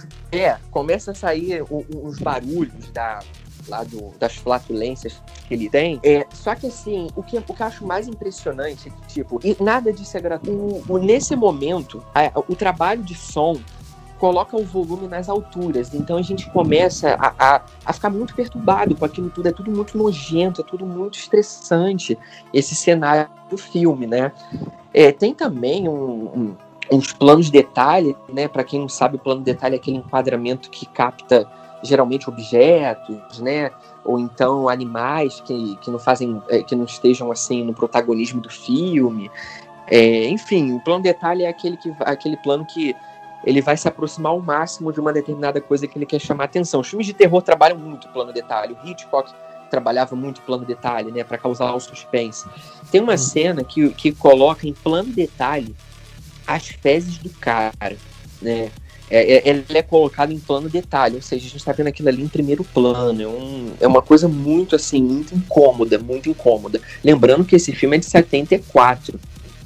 os barulhos das flatulências que ele tem. Só que assim, o que eu acho mais impressionante é que, tipo, e nada disso é gratuito. Nesse momento, o trabalho de som coloca o volume nas alturas, então a gente começa a ficar muito perturbado com aquilo tudo, é tudo muito nojento, é tudo muito estressante, esse cenário do filme, né? Tem também uns planos de detalhe, né? Para quem não sabe, o plano de detalhe é aquele enquadramento que capta geralmente objetos, né? Ou então animais que não estejam assim no protagonismo do filme. Enfim, o plano de detalhe é aquele plano que ele vai se aproximar ao máximo de uma determinada coisa que ele quer chamar atenção. Os filmes de terror trabalham muito o plano de detalhe. O Hitchcock trabalhava muito o plano de detalhe, né? Para causar o suspense. Tem uma cena que coloca em plano de detalhe as fezes do cara, né? Ele é colocado em plano detalhe, ou seja, a gente está vendo aquilo ali em primeiro plano. É uma coisa muito, assim, muito incômoda. Lembrando que esse filme é de 74.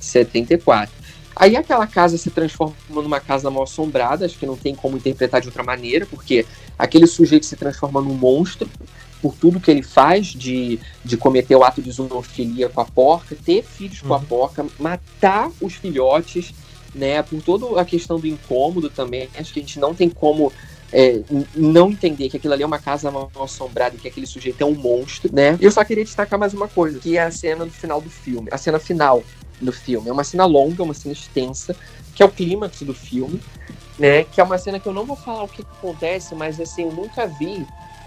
Aí aquela casa se transforma numa casa mal assombrada, acho que não tem como interpretar de outra maneira, porque aquele sujeito se transforma num monstro por tudo que ele faz de cometer o ato de zoofilia com a porca, ter filhos com a porca, matar os filhotes, né, por toda a questão do incômodo também. Acho que a gente não tem como não entender que aquilo ali é uma casa mal assombrada e que aquele sujeito é um monstro, né? E eu só queria destacar mais uma coisa, que é a cena do final do filme. A cena final do filme é uma cena longa, uma cena extensa, que é o clímax do filme, né? Que é uma cena que eu não vou falar o que acontece, mas assim, eu nunca vi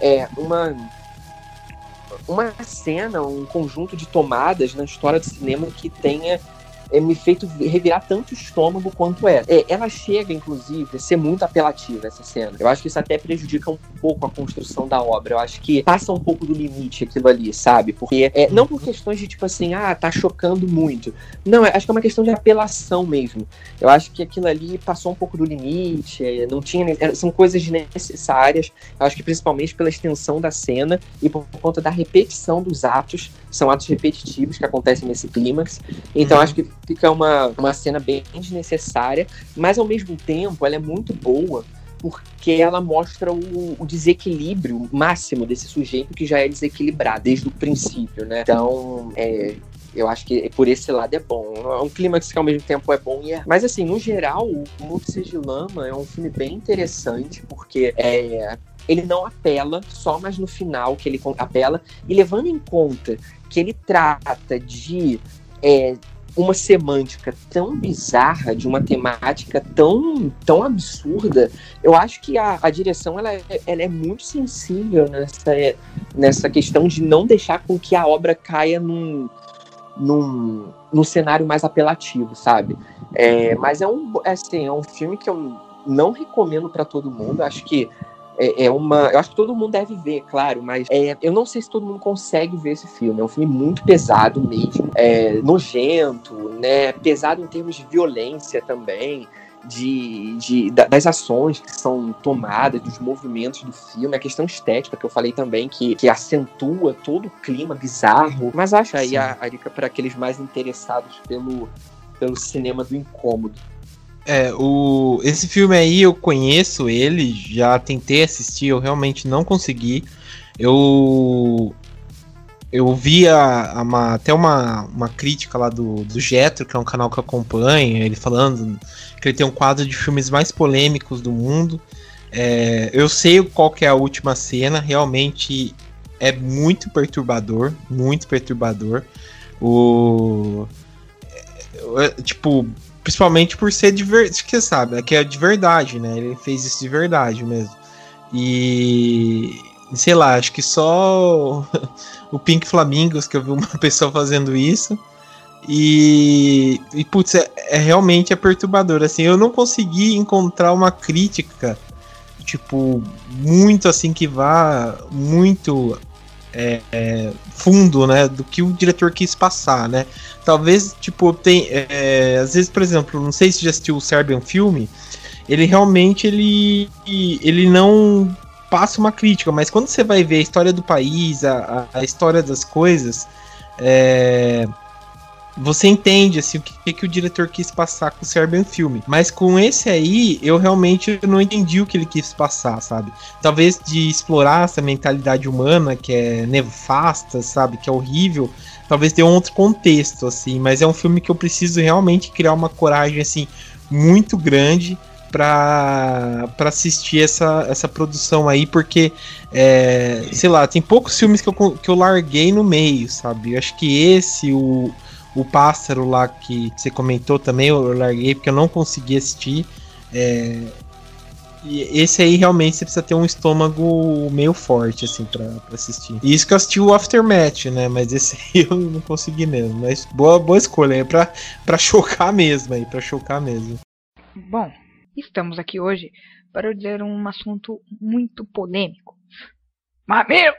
uma cena, um conjunto de tomadas na história do cinema que tenha me feito revirar tanto o estômago quanto essa. Ela chega, inclusive, a ser muito apelativa, essa cena. Eu acho que isso até prejudica um pouco a construção da obra. Eu acho que passa um pouco do limite aquilo ali, sabe? Porque, não por questões de, tipo assim, tá chocando muito. Não, acho que é uma questão de apelação mesmo. Eu acho que aquilo ali passou um pouco do limite, não tinha... São coisas desnecessárias. Eu acho que principalmente pela extensão da cena e por conta da repetição dos atos. São atos repetitivos que acontecem nesse clímax. Então, acho que fica uma cena bem desnecessária, mas ao mesmo tempo ela é muito boa porque ela mostra o desequilíbrio máximo desse sujeito que já é desequilibrado desde o princípio, né? Então, eu acho que por esse lado é bom. É um clímax que ao mesmo tempo é bom e Mas assim, no geral, o Morte de Lama é um filme bem interessante porque ele não apela só, mas no final que ele apela, e levando em conta que ele trata de uma semântica tão bizarra, de uma temática tão absurda, eu acho que a direção ela é muito sensível nessa questão de não deixar com que a obra caia num cenário mais apelativo, sabe? Mas é um filme que eu não recomendo para todo mundo. Acho que eu acho que todo mundo deve ver, claro, mas eu não sei se todo mundo consegue ver esse filme. É um filme muito pesado mesmo, nojento, né? Pesado em termos de violência também. das ações que são tomadas, dos movimentos do filme, a questão estética que eu falei também, que acentua todo o clima bizarro. Mas acho aí a dica para aqueles mais interessados pelo cinema do incômodo. Esse filme aí eu conheço ele, já tentei assistir, eu realmente não consegui. Eu vi até uma crítica lá do Getro, que é um canal que eu acompanho, ele falando que ele tem um quadro de filmes mais polêmicos do mundo. Eu sei qual que é a última cena, realmente é muito perturbador, muito perturbador. Tipo, principalmente por ser de verdade, que sabe, que é de verdade, né? Ele fez isso de verdade mesmo. E sei lá, acho que só o Pink Flamingos que eu vi uma pessoa fazendo isso. E putz, realmente perturbador. Assim, eu não consegui encontrar uma crítica, tipo, muito assim, que vá muito fundo, né, do que o diretor quis passar, né? Talvez, tipo, às vezes, por exemplo, não sei se já assistiu o Serbian Film, ele realmente ele não passa uma crítica, mas quando você vai ver a história do país, a história das coisas, você entende assim, o que o diretor quis passar com o Serbian Film. Mas com esse aí, eu realmente não entendi o que ele quis passar, sabe? Talvez de explorar essa mentalidade humana que é nefasta, sabe? Que é horrível. Talvez dê um outro contexto, assim. Mas é um filme que eu preciso realmente criar uma coragem, assim, muito grande pra assistir essa produção aí, porque sei lá, tem poucos filmes que eu larguei no meio, sabe? Eu acho que esse, o Pássaro lá que você comentou também, eu larguei porque eu não consegui assistir. E esse aí realmente você precisa ter um estômago meio forte, assim, pra assistir. E isso que eu assisti o Aftermath, né? Mas esse aí eu não consegui mesmo. Mas boa escolha, é pra chocar mesmo aí, pra chocar mesmo. Bom, estamos aqui hoje para dizer um assunto muito polêmico. Mamilos!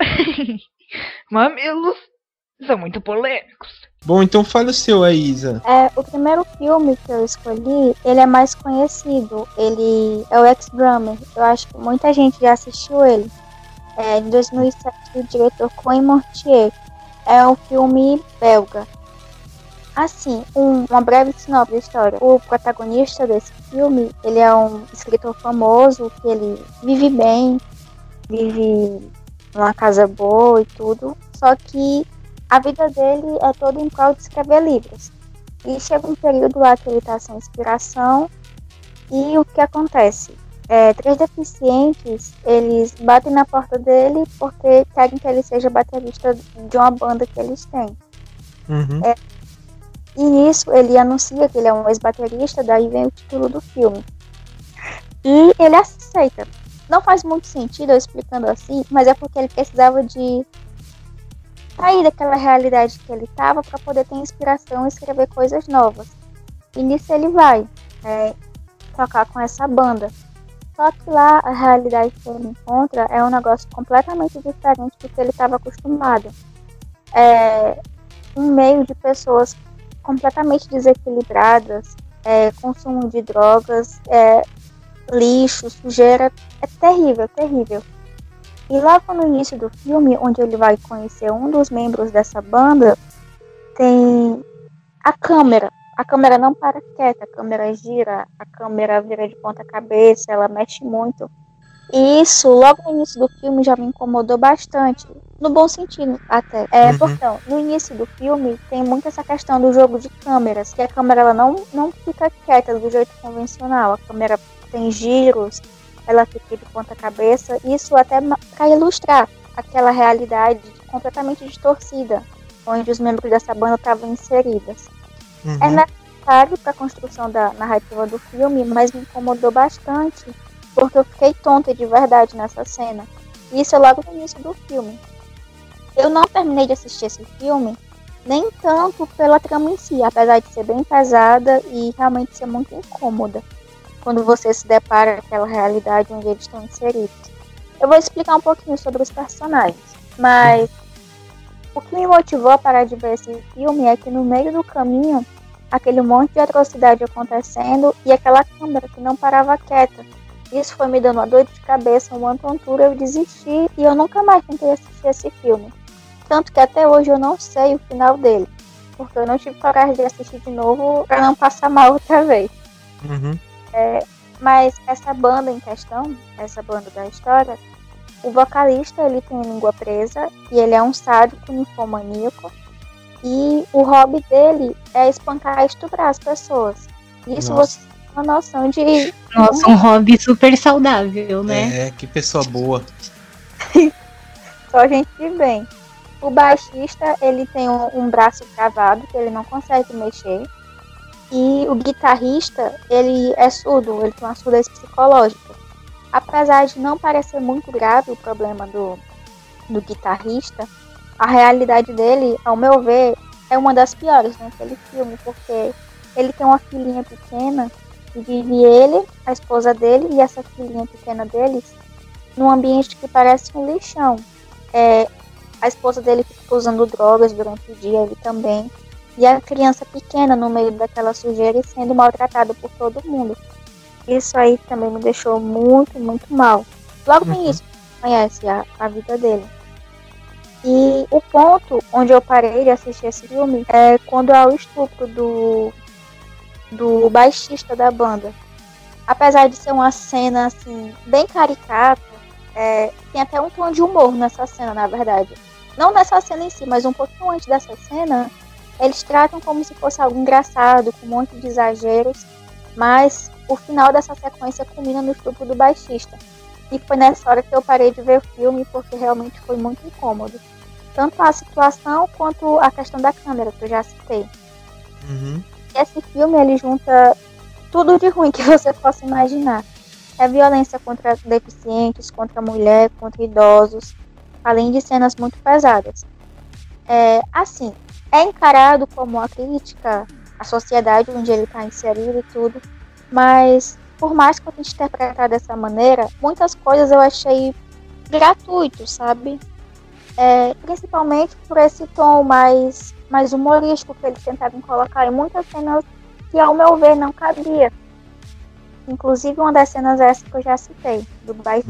Mamilos são muito polêmicos. Bom, então fale o seu aí, Isa. O primeiro filme que eu escolhi, ele é mais conhecido. Ele é o Ex-Drummer. Eu acho que muita gente já assistiu ele. Em 2007, o diretor Coen Mortier. É um filme belga. Assim, uma breve sinopse da história. O protagonista desse filme, ele é um escritor famoso, que ele vive bem, vive numa casa boa e tudo. Só que a vida dele é toda em prol de escrever livros. E chega um período lá que ele está sem inspiração. E o que acontece? 3 deficientes, eles batem na porta dele porque querem que ele seja baterista de uma banda que eles têm. Uhum. E nisso ele anuncia que ele é um ex-baterista, daí vem o título do filme. E ele aceita. Não faz muito sentido eu explicando assim, mas é porque ele precisava de sair daquela realidade que ele estava para poder ter inspiração e escrever coisas novas. E nisso ele vai tocar com essa banda. Só que lá a realidade que ele encontra é um negócio completamente diferente do que ele estava acostumado. Um meio de pessoas completamente desequilibradas, consumo de drogas, lixo, sujeira. É terrível, terrível. E logo no início do filme, onde ele vai conhecer um dos membros dessa banda, tem a câmera. A câmera não para quieta, a câmera gira, a câmera vira de ponta cabeça, ela mexe muito. E isso, logo no início do filme, já me incomodou bastante. No bom sentido, até. Portanto, no início do filme, tem muito essa questão do jogo de câmeras, que a câmera ela não fica quieta do jeito convencional. A câmera tem giros, ela fica de ponta cabeça, isso até para ilustrar aquela realidade completamente distorcida, onde os membros dessa banda estavam inseridos. Uhum. É necessário para a construção da narrativa do filme, mas me incomodou bastante, porque eu fiquei tonta de verdade nessa cena. Isso é logo no início do filme. Eu não terminei de assistir esse filme, nem tanto pela trama em si, apesar de ser bem pesada e realmente ser muito incômoda quando você se depara com aquela realidade onde eles estão inseridos. Eu vou explicar um pouquinho sobre os personagens, mas o que me motivou a parar de ver esse filme é que no meio do caminho aquele monte de atrocidade acontecendo e aquela câmera que não parava quieta. Isso foi me dando uma dor de cabeça, uma tontura, eu desisti e eu nunca mais tentei assistir esse filme. Tanto que até hoje eu não sei o final dele, porque eu não tive coragem de assistir de novo para não passar mal outra vez. Uhum. Mas essa banda em questão, essa banda da história, o vocalista ele tem a língua presa e ele é um sádico ninfomaníaco. E o hobby dele é espancar e estuprar as pessoas. Isso Nossa. você tem uma noção de... Nossa, um hobby super saudável, né? Que pessoa boa. Só gente de bem. O baixista, ele tem um braço travado, que ele não consegue mexer. E o guitarrista, ele é surdo, ele tem uma surdez psicológica. Apesar de não parecer muito grave o problema do guitarrista, a realidade dele, ao meu ver, é uma das piores naquele filme, porque ele tem uma filhinha pequena e vive ele, a esposa dele e essa filhinha pequena deles num ambiente que parece um lixão. A esposa dele fica usando drogas durante o dia, ele também. E a criança pequena no meio daquela sujeira e sendo maltratada por todo mundo. Isso aí também me deixou muito, muito mal. Logo no início, conhece a vida dele. E o ponto onde eu parei de assistir esse filme é quando há o estupro do baixista da banda. Apesar de ser uma cena assim bem caricata, tem até um tom de humor nessa cena, na verdade. Não nessa cena em si, mas um pouquinho antes dessa cena, eles tratam como se fosse algo engraçado, com um monte de exageros, mas o final dessa sequência culmina no estupro do baixista. E foi nessa hora que eu parei de ver o filme, porque realmente foi muito incômodo. Tanto a situação quanto a questão da câmera, que eu já citei. Uhum. Esse filme, ele junta tudo de ruim que você possa imaginar. É violência contra deficientes, contra mulher, contra idosos, além de cenas muito pesadas. Assim, é encarado como uma crítica à sociedade onde ele está inserido e tudo, mas por mais que eu tente interpretar dessa maneira, muitas coisas eu achei gratuito, sabe? Principalmente por esse tom mais humorístico que eles tentaram colocar em muitas cenas que, ao meu ver, não cabia. Inclusive, uma das cenas essa que eu já citei, do bairro.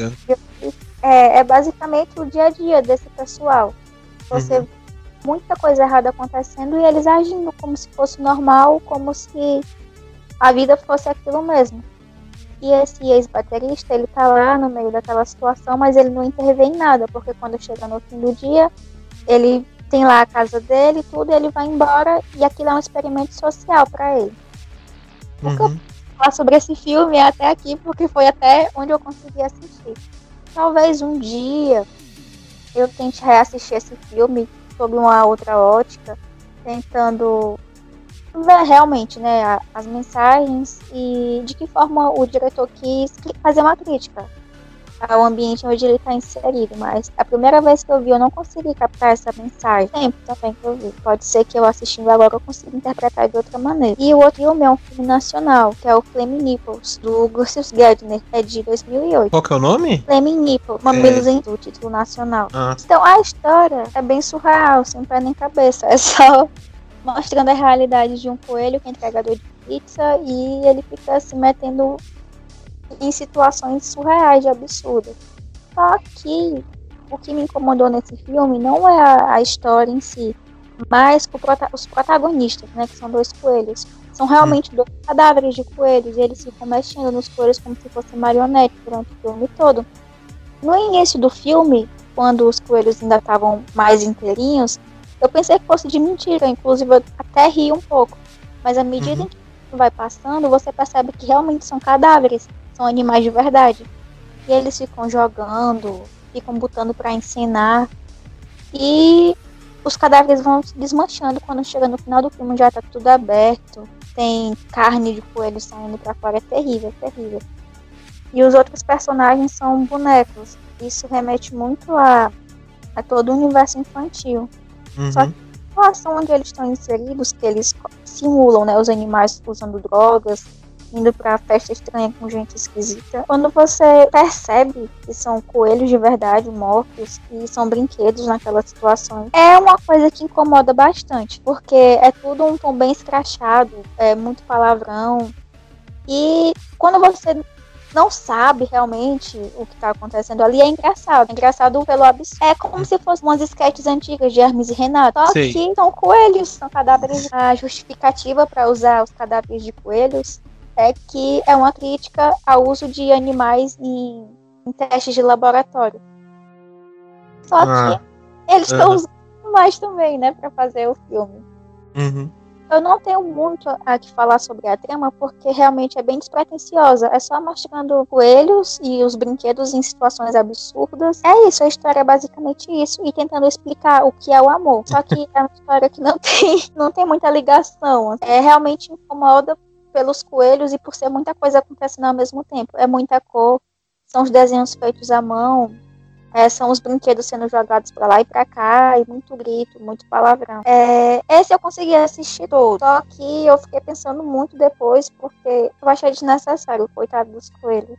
É basicamente o dia a dia desse pessoal. Você vê muita coisa errada acontecendo e eles agindo como se fosse normal, como se a vida fosse aquilo mesmo. E esse ex-baterista, ele tá lá no meio daquela situação, mas ele não intervém em nada, porque quando chega no fim do dia, ele tem lá a casa dele e tudo, ele vai embora e aquilo é um experimento social para ele. O que eu posso falar sobre esse filme é até aqui, porque foi até onde eu consegui assistir. Talvez um dia eu tente reassistir esse filme sob uma outra ótica, tentando ver realmente, né, as mensagens e de que forma o diretor quis fazer uma crítica ao ambiente onde ele está inserido, mas a primeira vez que eu vi eu não consegui captar essa mensagem. Tempo também que eu vi. Pode ser que eu assistindo agora eu consiga interpretar de outra maneira. E o outro filme é um filme nacional, que é o Flaming Nipples, do Gursius Gardner, é de 2008. Qual que é o nome? Flaming Nipples, Mamilos em o título nacional. Ah. Então a história é bem surreal, sem pé nem cabeça, é só mostrando a realidade de um coelho que é entregador de pizza e ele fica se metendo em situações surreais de absurdas. Só que o que me incomodou nesse filme não é a história em si, mas os protagonistas, né, que são dois coelhos. São realmente dois cadáveres de coelhos e eles ficam mexendo nos coelhos como se fosse marionete durante o filme todo. No início do filme, quando os coelhos ainda estavam mais inteirinhos, eu pensei que fosse de mentira, inclusive eu até ri um pouco. Mas à medida que vai passando, você percebe que realmente são cadáveres, são animais de verdade. E eles ficam jogando, ficam botando pra encenar. E os cadáveres vão se desmanchando quando chega no final do filme, já tá tudo aberto. Tem carne de coelho saindo pra fora, é terrível, terrível. E os outros personagens são bonecos. Isso remete muito a todo o universo infantil. Só que a situação onde eles estão inseridos, que eles simulam, né, os animais usando drogas, indo pra festa estranha com gente esquisita. Quando você percebe que são coelhos de verdade mortos e são brinquedos naquelas situações, é uma coisa que incomoda bastante, porque é tudo um tom bem escrachado, é muito palavrão. E quando você não sabe realmente o que tá acontecendo ali, é engraçado. É engraçado pelo absurdo. É como se fossem umas sketches antigas de Hermes e Renato. Só Sim. que são coelhos, são cadáveres. A justificativa para usar os cadáveres de coelhos é que é uma crítica ao uso de animais em testes de laboratório. Só que eles estão usando mais também, né, para fazer o filme. Uhum. Eu não tenho muito a que falar sobre a trama, porque realmente é bem despretensiosa. É só mostrando coelhos e os brinquedos em situações absurdas. É isso, a história é basicamente isso. E tentando explicar o que é o amor. Só que é uma história que não tem muita ligação. É realmente incomoda pelos coelhos e por ser muita coisa acontecendo ao mesmo tempo. É muita cor, são os desenhos feitos à mão. São os brinquedos sendo jogados pra lá e pra cá, e muito grito, muito palavrão. Esse eu consegui assistir todo, só que eu fiquei pensando muito depois, porque eu achei desnecessário, coitado dos coelhos.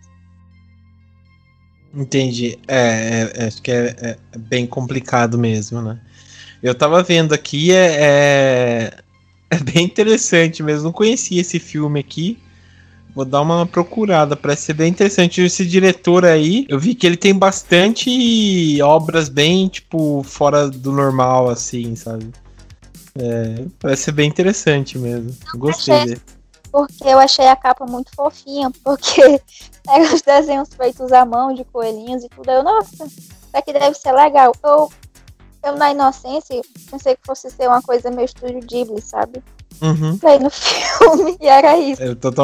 Entendi. Acho que é bem complicado mesmo, né? Eu tava vendo aqui, é bem interessante mesmo. Não conhecia esse filme aqui. Vou dar uma procurada, parece ser bem interessante. Esse diretor aí, eu vi que ele tem bastante obras bem, tipo, fora do normal, assim, sabe? Parece ser bem interessante mesmo. Gostei dele. Porque eu achei a capa muito fofinha, porque pega os desenhos feitos à mão, de coelhinhos e tudo. Eu, nossa, isso aqui deve ser legal. Eu na inocência, pensei que fosse ser uma coisa meio estúdio Ghibli, sabe? Uhum. Veio no filme e era isso.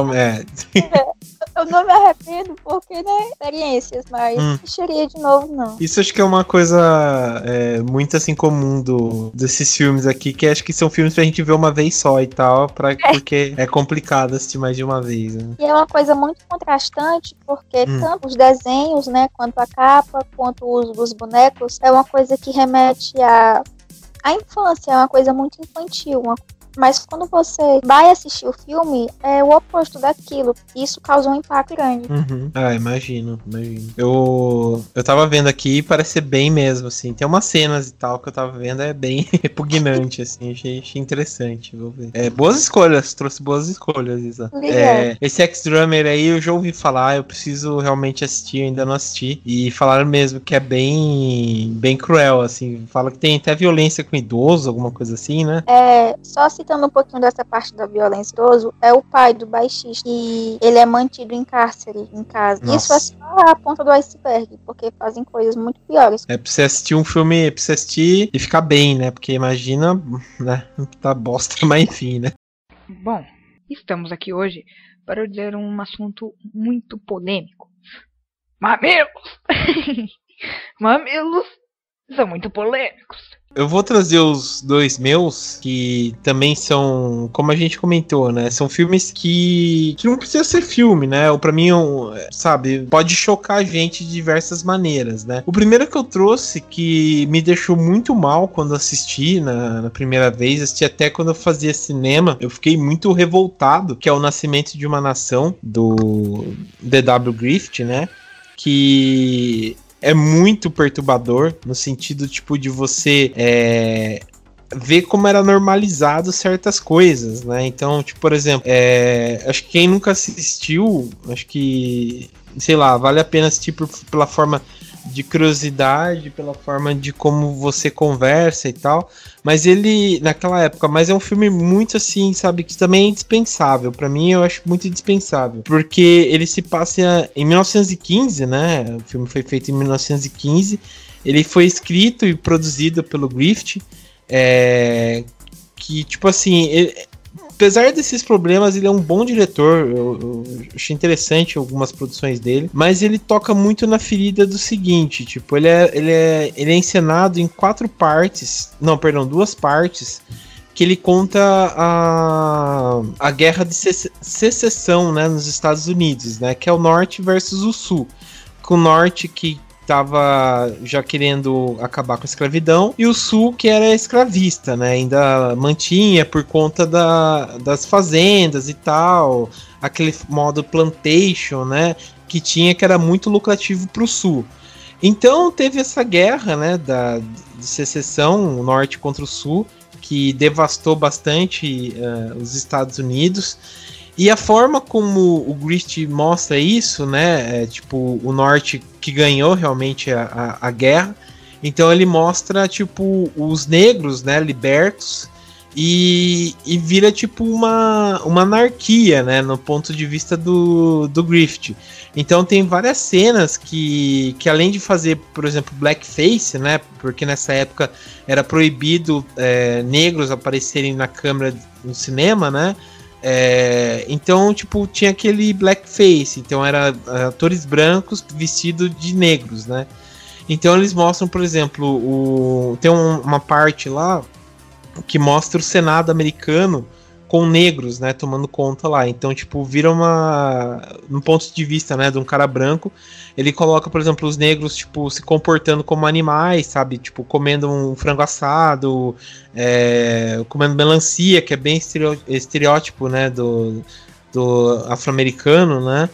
Eu não me arrependo porque, né, experiências, mas não assistiria de novo, não. Isso acho que é uma coisa muito assim comum desses filmes aqui, que acho que são filmes pra gente ver uma vez só e tal, porque é complicado assistir mais de uma vez, né? E é uma coisa muito contrastante, porque tanto os desenhos, né, quanto a capa, quanto o uso dos bonecos, é uma coisa que remete à infância, é uma coisa muito infantil, mas quando você vai assistir o filme, é o oposto daquilo. E isso causa um impacto grande. Uhum. Imagino. Eu tava vendo aqui e parece ser bem mesmo, assim. Tem umas cenas e tal que eu tava vendo, é bem repugnante, assim. Achei interessante, vou ver. Boas escolhas, trouxe boas escolhas, Isa. Esse X-Drummer aí eu já ouvi falar, eu preciso realmente assistir, ainda não assisti. E falaram mesmo que é bem cruel, assim. Fala que tem até violência com idoso, alguma coisa assim, né? Só citando um pouquinho dessa parte da violência idoso, é o pai do baixista e ele é mantido em cárcere em casa. Nossa. Isso é só a ponta do iceberg, porque fazem coisas muito piores. Pra você assistir um filme, pra você assistir e ficar bem, né? Porque imagina, né? Tá bosta, mas enfim, né? Bom, estamos aqui hoje para dizer um assunto muito polêmico. Mamilos! Mamilos são muito polêmicos. Eu vou trazer os dois meus, que também são, como a gente comentou, né? São filmes que não precisa ser filme, né? Ou pra mim, sabe, pode chocar a gente de diversas maneiras, né? O primeiro que eu trouxe, que me deixou muito mal quando assisti na primeira vez, assisti até quando eu fazia cinema, eu fiquei muito revoltado, que é O Nascimento de uma Nação, do D.W. Griffith, né? Que é muito perturbador, no sentido, tipo, de você ver como era normalizado certas coisas, né? Então, tipo, por exemplo, acho que quem nunca assistiu, acho que, sei lá, vale a pena assistir pela forma de curiosidade, pela forma de como você conversa e tal, mas ele, naquela época, mas é um filme muito assim, sabe, que também é indispensável, pra mim eu acho muito indispensável, porque ele se passa em 1915, né, o filme foi feito em 1915, ele foi escrito e produzido pelo Griffith, que, tipo assim, apesar desses problemas, ele é um bom diretor. Eu achei interessante algumas produções dele, mas ele toca muito na ferida do seguinte, tipo, ele é encenado em 2 partes, que ele conta a guerra de secessão, né, nos Estados Unidos, né, que é o norte versus o sul, com o norte que tava já querendo acabar com a escravidão, e o Sul, que era escravista, né? Ainda mantinha por conta das fazendas e tal, aquele modo plantation, né? Que tinha, que era muito lucrativo para o Sul. Então teve essa guerra, né? De secessão, o Norte contra o Sul, que devastou bastante os Estados Unidos. E a forma como o Griffith mostra isso, né, tipo, o Norte que ganhou realmente a guerra, então ele mostra, tipo, os negros, né, libertos, e vira, tipo, uma anarquia, né, no ponto de vista do Griffith. Então tem várias cenas que além de fazer, por exemplo, blackface, né, porque nessa época era proibido negros aparecerem na câmera no cinema, né, então, tipo, tinha aquele blackface, então era atores brancos vestidos de negros, né? Então eles mostram, por exemplo, tem uma parte lá que mostra o Senado americano com negros, né, tomando conta lá. Então, tipo, vira um ponto de vista, né, de um cara branco. Ele coloca, por exemplo, os negros, tipo, se comportando como animais, sabe? Tipo, comendo um frango assado, comendo melancia, que é bem estereótipo, né, do afro-americano, né?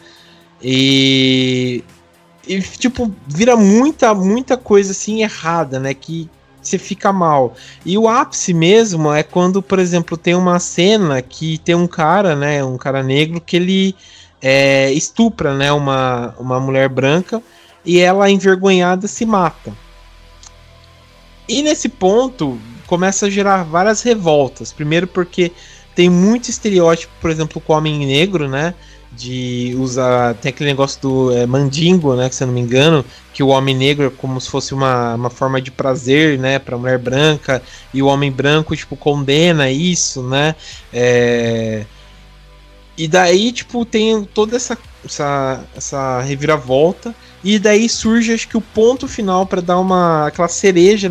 E tipo, vira muita coisa, assim, errada, né, que você fica mal. E o ápice mesmo é quando, por exemplo, tem uma cena que tem um cara, né, um cara negro, que ele estupra, né, uma mulher branca, e ela, envergonhada, se mata. E nesse ponto começa a gerar várias revoltas. Primeiro porque tem muito estereótipo, por exemplo, com o homem negro, né, de usar, tem aquele negócio do mandingo, né, que se eu não me engano, que o homem negro é como se fosse uma forma de prazer, né, para mulher branca, e o homem branco, tipo, condena isso, né, e daí, tipo, tem toda essa reviravolta, e daí surge, acho que o ponto final para dar aquela cereja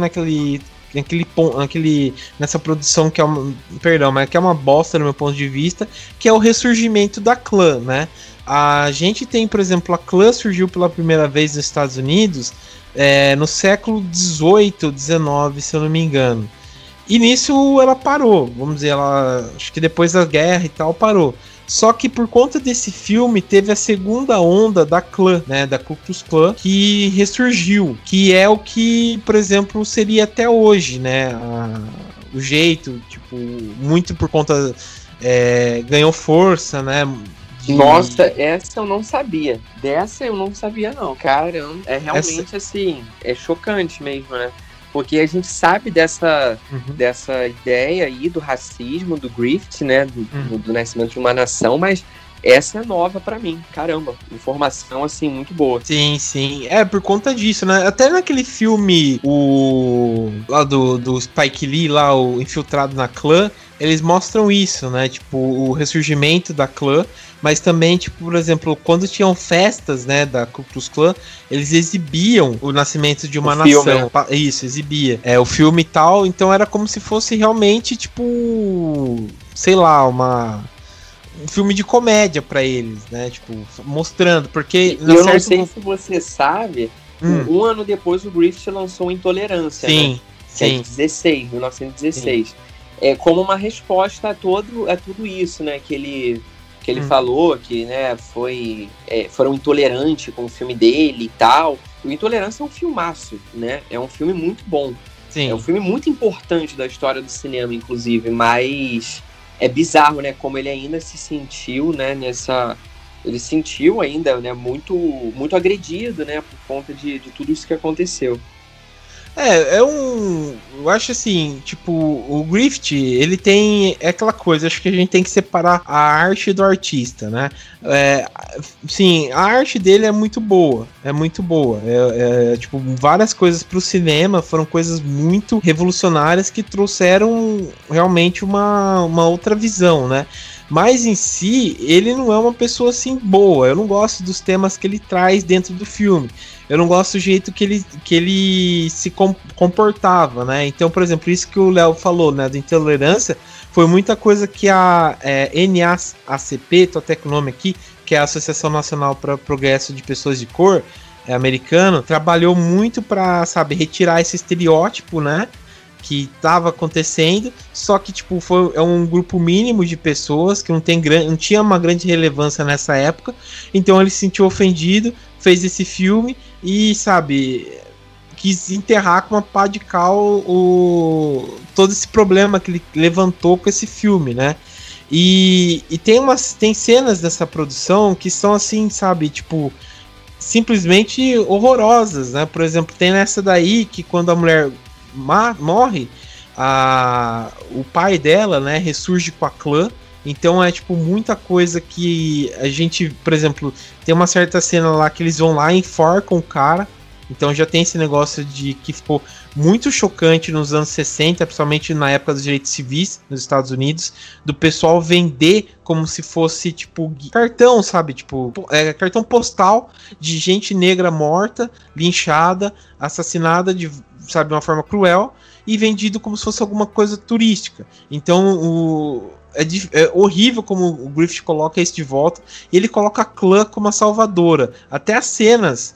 nessa produção que é mas que é uma bosta no meu ponto de vista, que é o ressurgimento da clã, né? A gente tem, por exemplo, a clã surgiu pela primeira vez nos Estados Unidos no século XVIII, XIX, se eu não me engano. E nisso ela parou, vamos dizer, acho que depois da guerra e tal, parou. Só que por conta desse filme teve a segunda onda da clã, né, da Ku Klux Klan, que ressurgiu, que é o que, por exemplo, seria até hoje, né, o jeito, tipo, muito por conta, ganhou força, né. Nossa, essa eu não sabia. Dessa eu não sabia, não. Caramba, realmente assim, é chocante mesmo, né? Porque a gente sabe dessa ideia aí do racismo, do Griffith, né? Do nascimento de uma nação, mas essa é nova pra mim. Caramba, informação assim muito boa. Sim, sim. Por conta disso, né? Até naquele filme, lá do Spike Lee, lá, o Infiltrado na Clã, eles mostram isso, né? Tipo, o ressurgimento da clã, mas também, tipo, por exemplo, quando tinham festas, né, da Ku Klux Klan, eles exibiam o nascimento de uma nação. Filme. Isso, exibia. O filme e tal, então era como se fosse realmente, tipo, sei lá, um filme de comédia pra eles, né, tipo, mostrando, porque... Eu não sei se você sabe, um ano depois o Griffith lançou Intolerância, sim, né? Sim. Que é 1916. Sim. Como uma resposta a tudo isso, né, que ele falou, que, né, foram intolerantes com o filme dele e tal. O Intolerância é um filmaço, né? É um filme muito bom. Sim. É um filme muito importante da história do cinema, inclusive, mas é bizarro, né, como ele ainda se sentiu, né, ele sentiu ainda, né, muito, muito agredido, né, por conta de tudo isso que aconteceu. Eu acho assim, tipo, o Griffith, ele tem aquela coisa, acho que a gente tem que separar a arte do artista, né? Sim, a arte dele é muito boa, tipo, várias coisas pro cinema foram coisas muito revolucionárias que trouxeram realmente uma outra visão, né? Mas em si, ele não é uma pessoa assim boa. Eu não gosto dos temas que ele traz dentro do filme. Eu não gosto do jeito que ele se comportava, né? Então, por exemplo, isso que o Léo falou, né, da intolerância, foi muita coisa que a NAACP, tô até com o nome aqui, que é a Associação Nacional para o Progresso de Pessoas de Cor, americano, trabalhou muito pra, sabe, retirar esse estereótipo, né, que tava acontecendo, só que, tipo, é um grupo mínimo de pessoas que não tinha uma grande relevância nessa época, então ele se sentiu ofendido, fez esse filme e, sabe, quis enterrar com uma pá de cal todo esse problema que ele levantou com esse filme, né? E tem cenas dessa produção que são assim, sabe, tipo, simplesmente horrorosas, né? Por exemplo, tem nessa daí que quando a mulher morre, o pai dela, né, ressurge com a clã. Então é tipo muita coisa que a gente, por exemplo, tem uma certa cena lá que eles vão lá e enforcam o cara. Então já tem esse negócio de que ficou muito chocante nos anos 60, principalmente na época dos direitos civis nos Estados Unidos, do pessoal vender como se fosse tipo cartão, sabe? Tipo, cartão postal de gente negra morta, linchada, assassinada de, sabe, de uma forma cruel e vendido como se fosse alguma coisa turística. Então é horrível como o Griffith coloca isso de volta. E ele coloca a clã como a salvadora. Até as cenas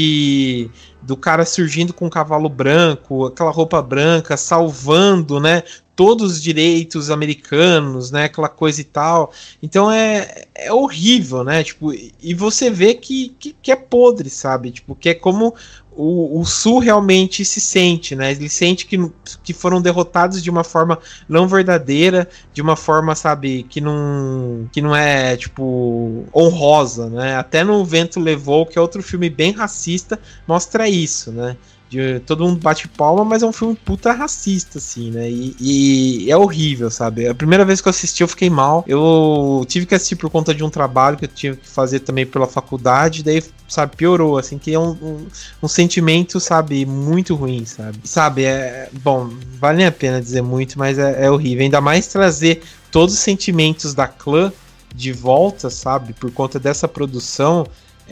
do cara surgindo com um cavalo branco, aquela roupa branca, salvando, né, todos os direitos americanos, né, aquela coisa e tal. Então é horrível, né, tipo, e você vê que é podre, sabe, tipo, que é como o Sul realmente se sente, né, ele sente que foram derrotados de uma forma não verdadeira, de uma forma, sabe, que não é, tipo, honrosa, né, até no Vento Levou, que é outro filme bem racista, mostra isso, né, todo mundo bate palma, mas é um filme puta racista, assim, né, e é horrível, sabe, a primeira vez que eu assisti eu fiquei mal, eu tive que assistir por conta de um trabalho que eu tive que fazer também pela faculdade, daí, sabe, piorou, assim, que é um sentimento, sabe, muito ruim, sabe, bom, vale a pena dizer muito, mas é horrível, ainda mais trazer todos os sentimentos da clã de volta, sabe, por conta dessa produção,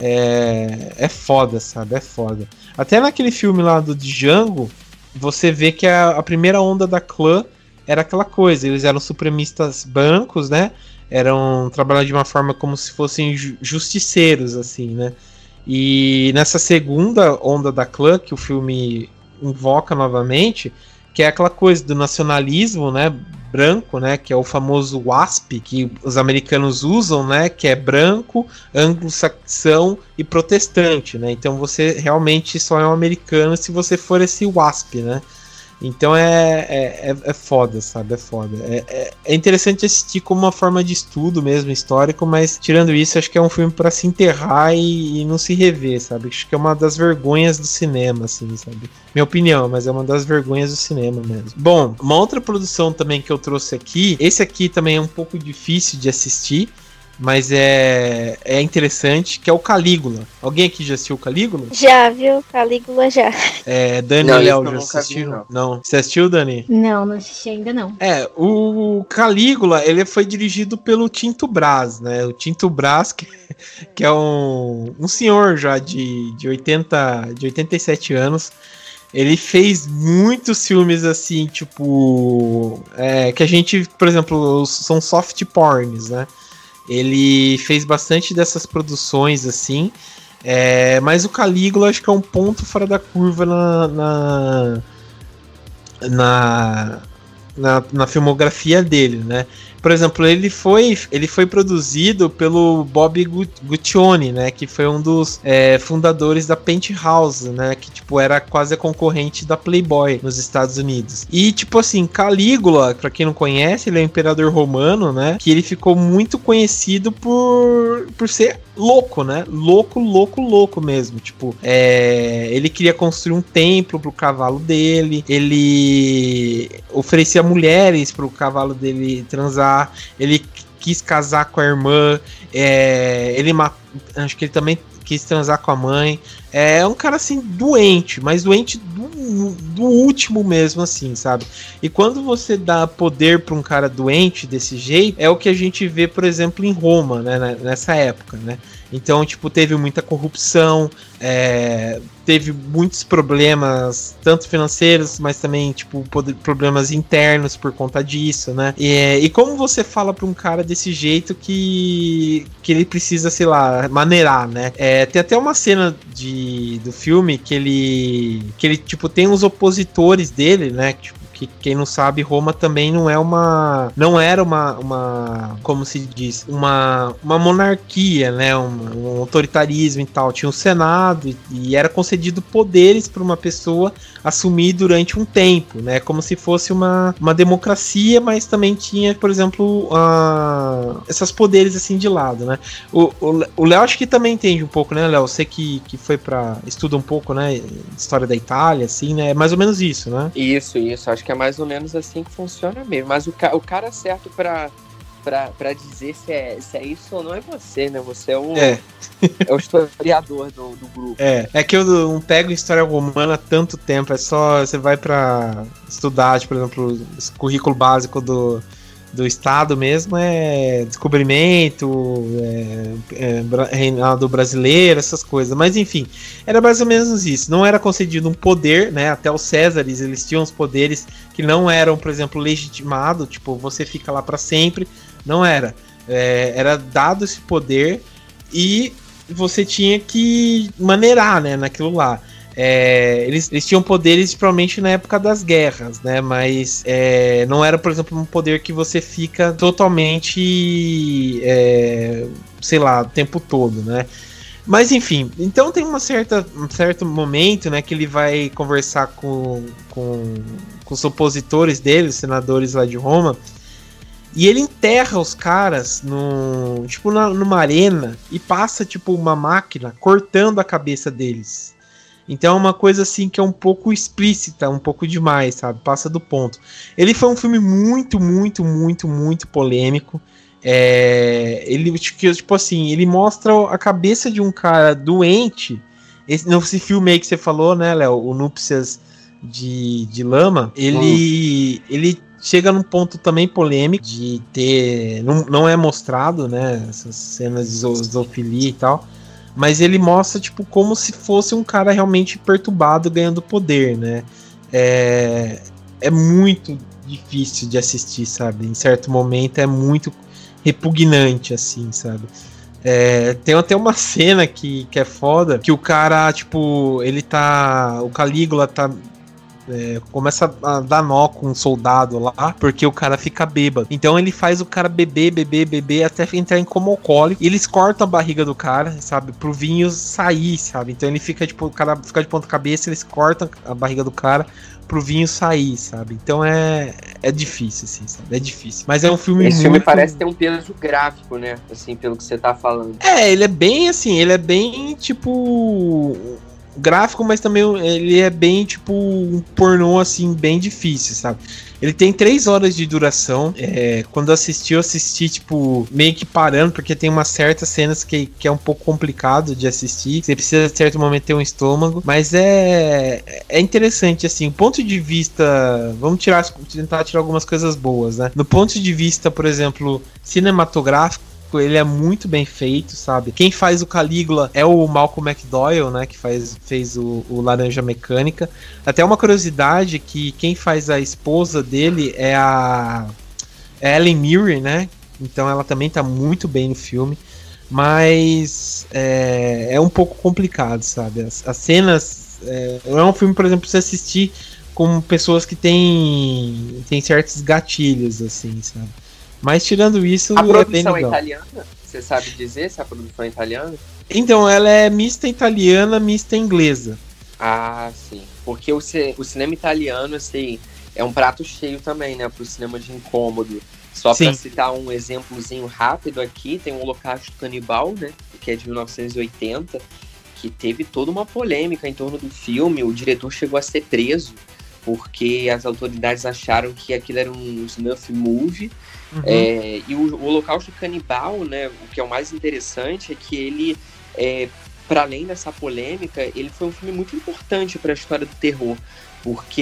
é foda, sabe, é foda. Até naquele filme lá do Django, você vê que a primeira onda da clã era aquela coisa, eles eram supremistas brancos, né, trabalhando de uma forma como se fossem justiceiros, assim, né, e nessa segunda onda da clã, que o filme invoca novamente, que é aquela coisa do nacionalismo, né, branco, né, que é o famoso WASP, que os americanos usam, né, que é branco, anglo-saxão e protestante, né, então você realmente só é um americano se você for esse WASP, né, então é foda, sabe, é foda, é interessante assistir como uma forma de estudo mesmo, histórico, mas tirando isso, acho que é um filme pra se enterrar e não se rever, sabe, acho que é uma das vergonhas do cinema, assim, sabe, minha opinião, mas é uma das vergonhas do cinema mesmo. Bom, uma outra produção também que eu trouxe aqui, esse aqui também é um pouco difícil de assistir, mas é interessante, que é o Calígula. Alguém aqui já assistiu o Calígula? Já, viu? Calígula já. Dani e Léo já assistiram? Não. Você assistiu, Dani? Não assisti ainda não. O Calígula, ele foi dirigido pelo Tinto Brass, né? O Tinto Brass, que é um senhor já de 87 anos. Ele fez muitos filmes assim, tipo... que a gente, por exemplo, são soft porns, né? Ele fez bastante dessas produções, assim. Mas o Calígula acho que é um ponto fora da curva na filmografia dele, né? Por exemplo, ele foi produzido pelo Bob Guccione, né? Que foi um dos fundadores da Penthouse, né? Que, tipo, era quase a concorrente da Playboy nos Estados Unidos. E, tipo assim, Calígula, pra quem não conhece, ele é um imperador romano, né? Que ele ficou muito conhecido por ser louco, né? Louco mesmo. Tipo, ele queria construir um templo pro cavalo dele, ele oferecia mulheres pro cavalo dele transar, ele quis casar com a irmã, acho que ele também quis transar com a mãe. É um cara assim doente, mas doente do último mesmo, assim, sabe? E quando você dá poder pra um cara doente desse jeito, é o que a gente vê, por exemplo, em Roma, né? Nessa época, né? Então, tipo, teve muita corrupção, teve muitos problemas, tanto financeiros, mas também, tipo, problemas internos por conta disso, né? E como você fala pra um cara desse jeito que ele precisa, sei lá, maneirar, né? Tem até uma cena de do filme que ele tipo tem os opositores dele, né? Tipo, que quem não sabe, Roma também não era uma como se diz, uma monarquia, né, um autoritarismo e tal. Tinha um senado e era concedido poderes para uma pessoa assumir durante um tempo, né, como se fosse uma democracia, mas também tinha, por exemplo, esses poderes assim de lado, né. O Léo acho que também entende um pouco, né, Léo? Você que foi estuda um pouco, né, história da Itália, assim, né, é mais ou menos isso, né? Isso, acho que é mais ou menos assim que funciona mesmo. Mas o cara certo pra dizer se é isso ou não é você, né? Você é o historiador do grupo. É que eu não pego história romana há tanto tempo. É só você vai pra estudar, tipo, por exemplo, o currículo básico do Estado mesmo é descobrimento, reinado brasileiro, essas coisas. Mas enfim, era mais ou menos isso. Não era concedido um poder, né? Até os Césares, eles tinham os poderes que não eram, por exemplo, legitimados. Tipo, você fica lá para sempre. Não era. Era dado esse poder e você tinha que maneirar, né, naquilo lá. Eles tinham poderes provavelmente na época das guerras, né? Mas não era, por exemplo, um poder que você fica totalmente, sei lá, o tempo todo, né? Mas enfim, então tem um certo momento, né, que ele vai conversar com os opositores dele, os senadores lá de Roma, e ele enterra os caras numa arena e passa tipo uma máquina cortando a cabeça deles. Então é uma coisa assim que é um pouco explícita, um pouco demais, sabe? Passa do ponto. Ele foi um filme muito, muito, muito, muito polêmico. Ele, tipo assim, ele mostra a cabeça de um cara doente. Nesse filme aí que você falou, né, Léo? O Núpcias de Lama. Ele chega num ponto também polêmico de ter... Não é mostrado, né? Essas cenas de zoofilia e tal. Mas ele mostra, tipo, como se fosse um cara realmente perturbado ganhando poder, né? É muito difícil de assistir, sabe? Em certo momento é muito repugnante, assim, sabe? Tem até uma cena que é foda, que o cara, tipo, o Calígula tá... começa a dar nó com um soldado lá, porque o cara fica bêbado. Então ele faz o cara beber, até entrar em coma alcoólico. E eles cortam a barriga do cara, sabe? Pro vinho sair, sabe? Então ele fica, tipo, o cara fica de ponta cabeça, eles cortam a barriga do cara pro vinho sair, sabe? Então é difícil, assim, sabe? É difícil. Mas é um filme Esse filme parece ter um peso gráfico, né? Assim, pelo que você tá falando. Ele é bem, assim, tipo... gráfico, mas também ele é bem, tipo, um pornô, assim, bem difícil, sabe? Ele tem 3 horas de duração. Quando eu assisti, tipo, meio que parando, porque tem umas certas cenas que é um pouco complicado de assistir. Você precisa, de certo momento, ter um estômago. Mas é interessante, assim. O ponto de vista... Vamos tentar tirar algumas coisas boas, né? No ponto de vista, por exemplo, cinematográfico, ele é muito bem feito, sabe? Quem faz o Calígula é o Malcolm McDowell, né? Que fez o Laranja Mecânica. Até uma curiosidade que quem faz a esposa dele é a Ellen Mirren, né? Então ela também tá muito bem no filme. Mas é um pouco complicado, sabe? As cenas... é um filme, por exemplo, pra você assistir com pessoas que tem certos gatilhos, assim, sabe? Mas tirando isso, a produção bem legal. É italiana? Você sabe dizer se a produção é italiana? Então, ela é mista italiana, mista inglesa. Ah, sim. Porque o cinema italiano, assim, é um prato cheio também, né? Pro cinema de incômodo. Só pra citar um exemplozinho rápido aqui, tem o Holocausto Canibal, né? Que é de 1980, que teve toda uma polêmica em torno do filme. O diretor chegou a ser preso, porque as autoridades acharam que aquilo era um snuff movie. Uhum. E o Holocausto Canibal, né, o que é o mais interessante é que ele, para além dessa polêmica, ele foi um filme muito importante para a história do terror, porque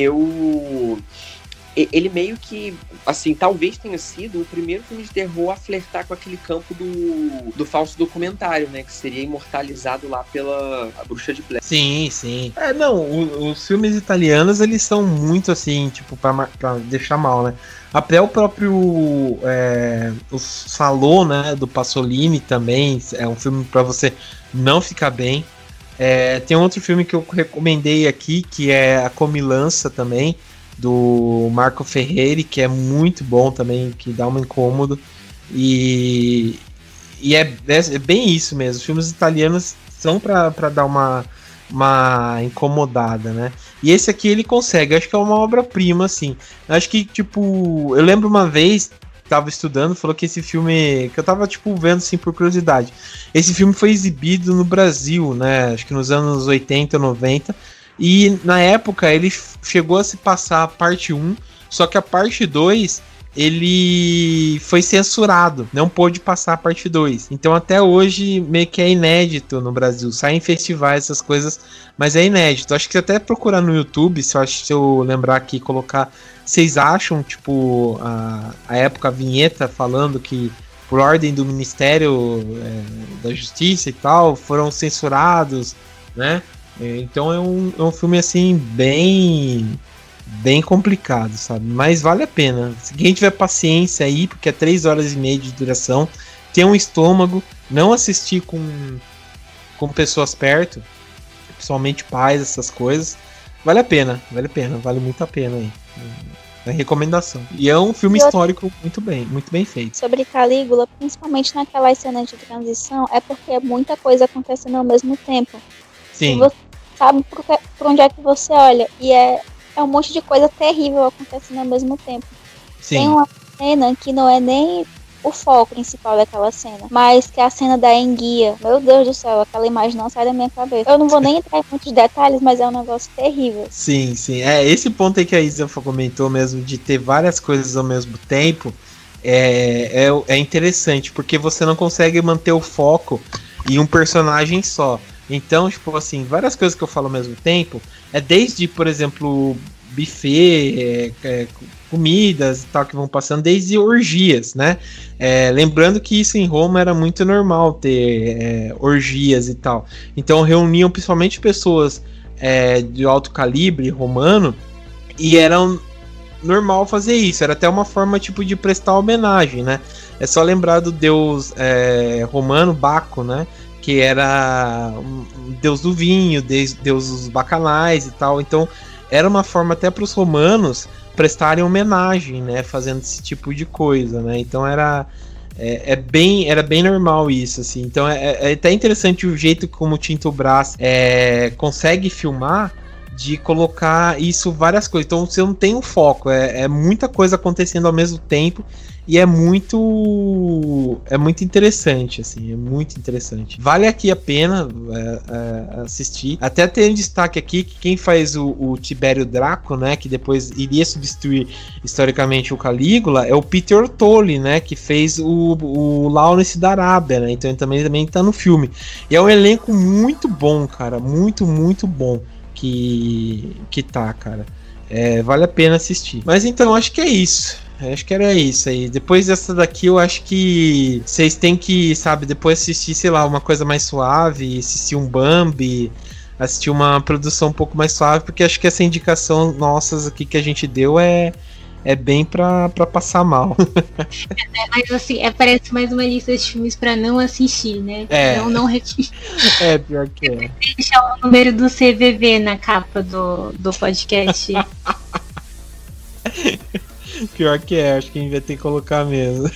ele meio que, assim, talvez tenha sido o primeiro filme de terror a flertar com aquele campo do falso documentário, né, que seria imortalizado lá pela Bruxa de Blair. Sim. Os filmes italianos, eles são muito, assim, tipo, pra deixar mal, né? Até o próprio o Salò, né, do Pasolini também é um filme pra você não ficar bem. Tem outro filme que eu recomendei aqui, que é A Comilança também, do Marco Ferreri, que é muito bom também, que dá um incômodo. E é bem isso mesmo. Os filmes italianos são pra dar uma incomodada, né? E esse aqui ele consegue, acho que é uma obra-prima, assim. Acho que, tipo, eu lembro uma vez, tava estudando, falou que esse filme, que eu tava, tipo, vendo, assim, por curiosidade. Esse filme foi exibido no Brasil, né? Acho que nos anos 80, 90. E na época ele chegou a se passar a parte 1, só que a parte 2 ele foi censurado, não pôde passar a parte 2. Então até hoje meio que é inédito no Brasil, sai em festivais, essas coisas, mas é inédito. Acho que se até procurar no YouTube, se eu lembrar aqui, colocar, vocês acham, tipo, a época, a vinheta falando que por ordem do Ministério da Justiça e tal, foram censurados, né? Então é um filme assim bem complicado, sabe? Mas vale a pena. Se quem tiver paciência aí, porque é 3 horas e meia de duração, tem um estômago, não assistir com pessoas perto, principalmente pais, essas coisas, vale a pena, vale muito a pena aí. É recomendação. E é um filme histórico muito bem feito. Sobre Calígula, principalmente naquelas cenas de transição, é porque é muita coisa acontecendo ao mesmo tempo. Sim. E você sabe por onde é que você olha. E é um monte de coisa terrível acontecendo ao mesmo tempo. Sim. Tem uma cena que não é nem o foco principal daquela cena, mas que é a cena da enguia. Meu Deus do céu, aquela imagem não sai da minha cabeça. Eu não vou nem entrar em muitos detalhes, mas é um negócio terrível. Sim. Esse ponto aí que a Isa comentou mesmo, de ter várias coisas ao mesmo tempo, é interessante, porque você não consegue manter o foco em um personagem só. Então, tipo assim, várias coisas que eu falo ao mesmo tempo, desde, por exemplo, buffet, comidas e tal que vão passando, desde orgias, né? Lembrando que isso em Roma era muito normal ter orgias e tal. Então reuniam principalmente pessoas de alto calibre romano, e eram normal fazer isso, era até uma forma tipo de prestar homenagem, né? É só lembrar do deus romano, Baco, né? Que era deus do vinho, deus dos bacanais e tal. Então era uma forma até para os romanos prestarem homenagem, né, fazendo esse tipo de coisa, né? Então era bem normal isso, assim. Então é até interessante o jeito como o Tinto Brass consegue filmar, de colocar isso, várias coisas. Então você não tem um foco, é muita coisa acontecendo ao mesmo tempo, e é muito interessante, assim, é muito interessante. Vale aqui a pena assistir. Até tem um destaque aqui que quem faz o Tibério Draco, né, que depois iria substituir historicamente o Calígula, é o Peter O'Toole, né, que fez o Lawrence da Arábia, né, então ele também tá no filme. E é um elenco muito bom, cara, muito bom que tá, cara. Vale a pena assistir. Mas então, acho que é isso. Acho que era isso aí. Depois dessa daqui, eu acho que vocês têm que, sabe, depois assistir, sei lá, uma coisa mais suave, assistir um Bambi, assistir uma produção um pouco mais suave, porque acho que essa indicação nossas aqui que a gente deu é bem pra passar mal. Mas assim, parece mais uma lista de filmes pra não assistir, né? Não repetir. Pior que é. Deixar o número do CVV na capa do podcast. Pior que acho que a gente vai ter que colocar mesmo.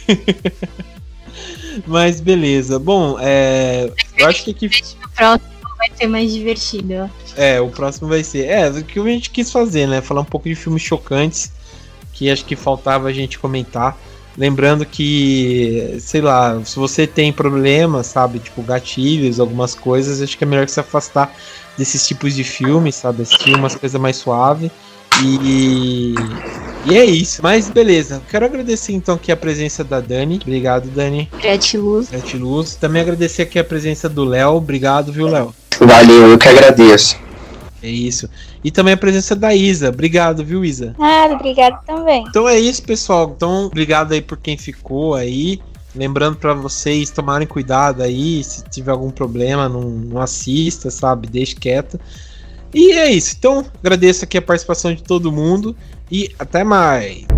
Mas beleza. Bom, eu acho que aqui... O próximo vai ser mais divertido. O próximo vai ser... o que a gente quis fazer, né? Falar um pouco de filmes chocantes, que acho que faltava a gente comentar. Lembrando que, sei lá, se você tem problemas, sabe? Tipo gatilhos, algumas coisas, acho que é melhor que se afastar desses tipos de filmes, sabe? Assistir umas coisas mais suaves. E é isso. Mas beleza, quero agradecer então aqui a presença da Dani. Obrigado, Dani. Gratiluz. Também agradecer aqui a presença do Léo. Obrigado, viu, Léo? Valeu, eu que agradeço. É isso. E também a presença da Isa. Obrigado, viu, Isa? Obrigado também. Então é isso, pessoal. Então, obrigado aí por quem ficou aí. Lembrando pra vocês tomarem cuidado aí. Se tiver algum problema, não assista, sabe? Deixe quieto. E é isso. Então, agradeço aqui a participação de todo mundo. E até mais.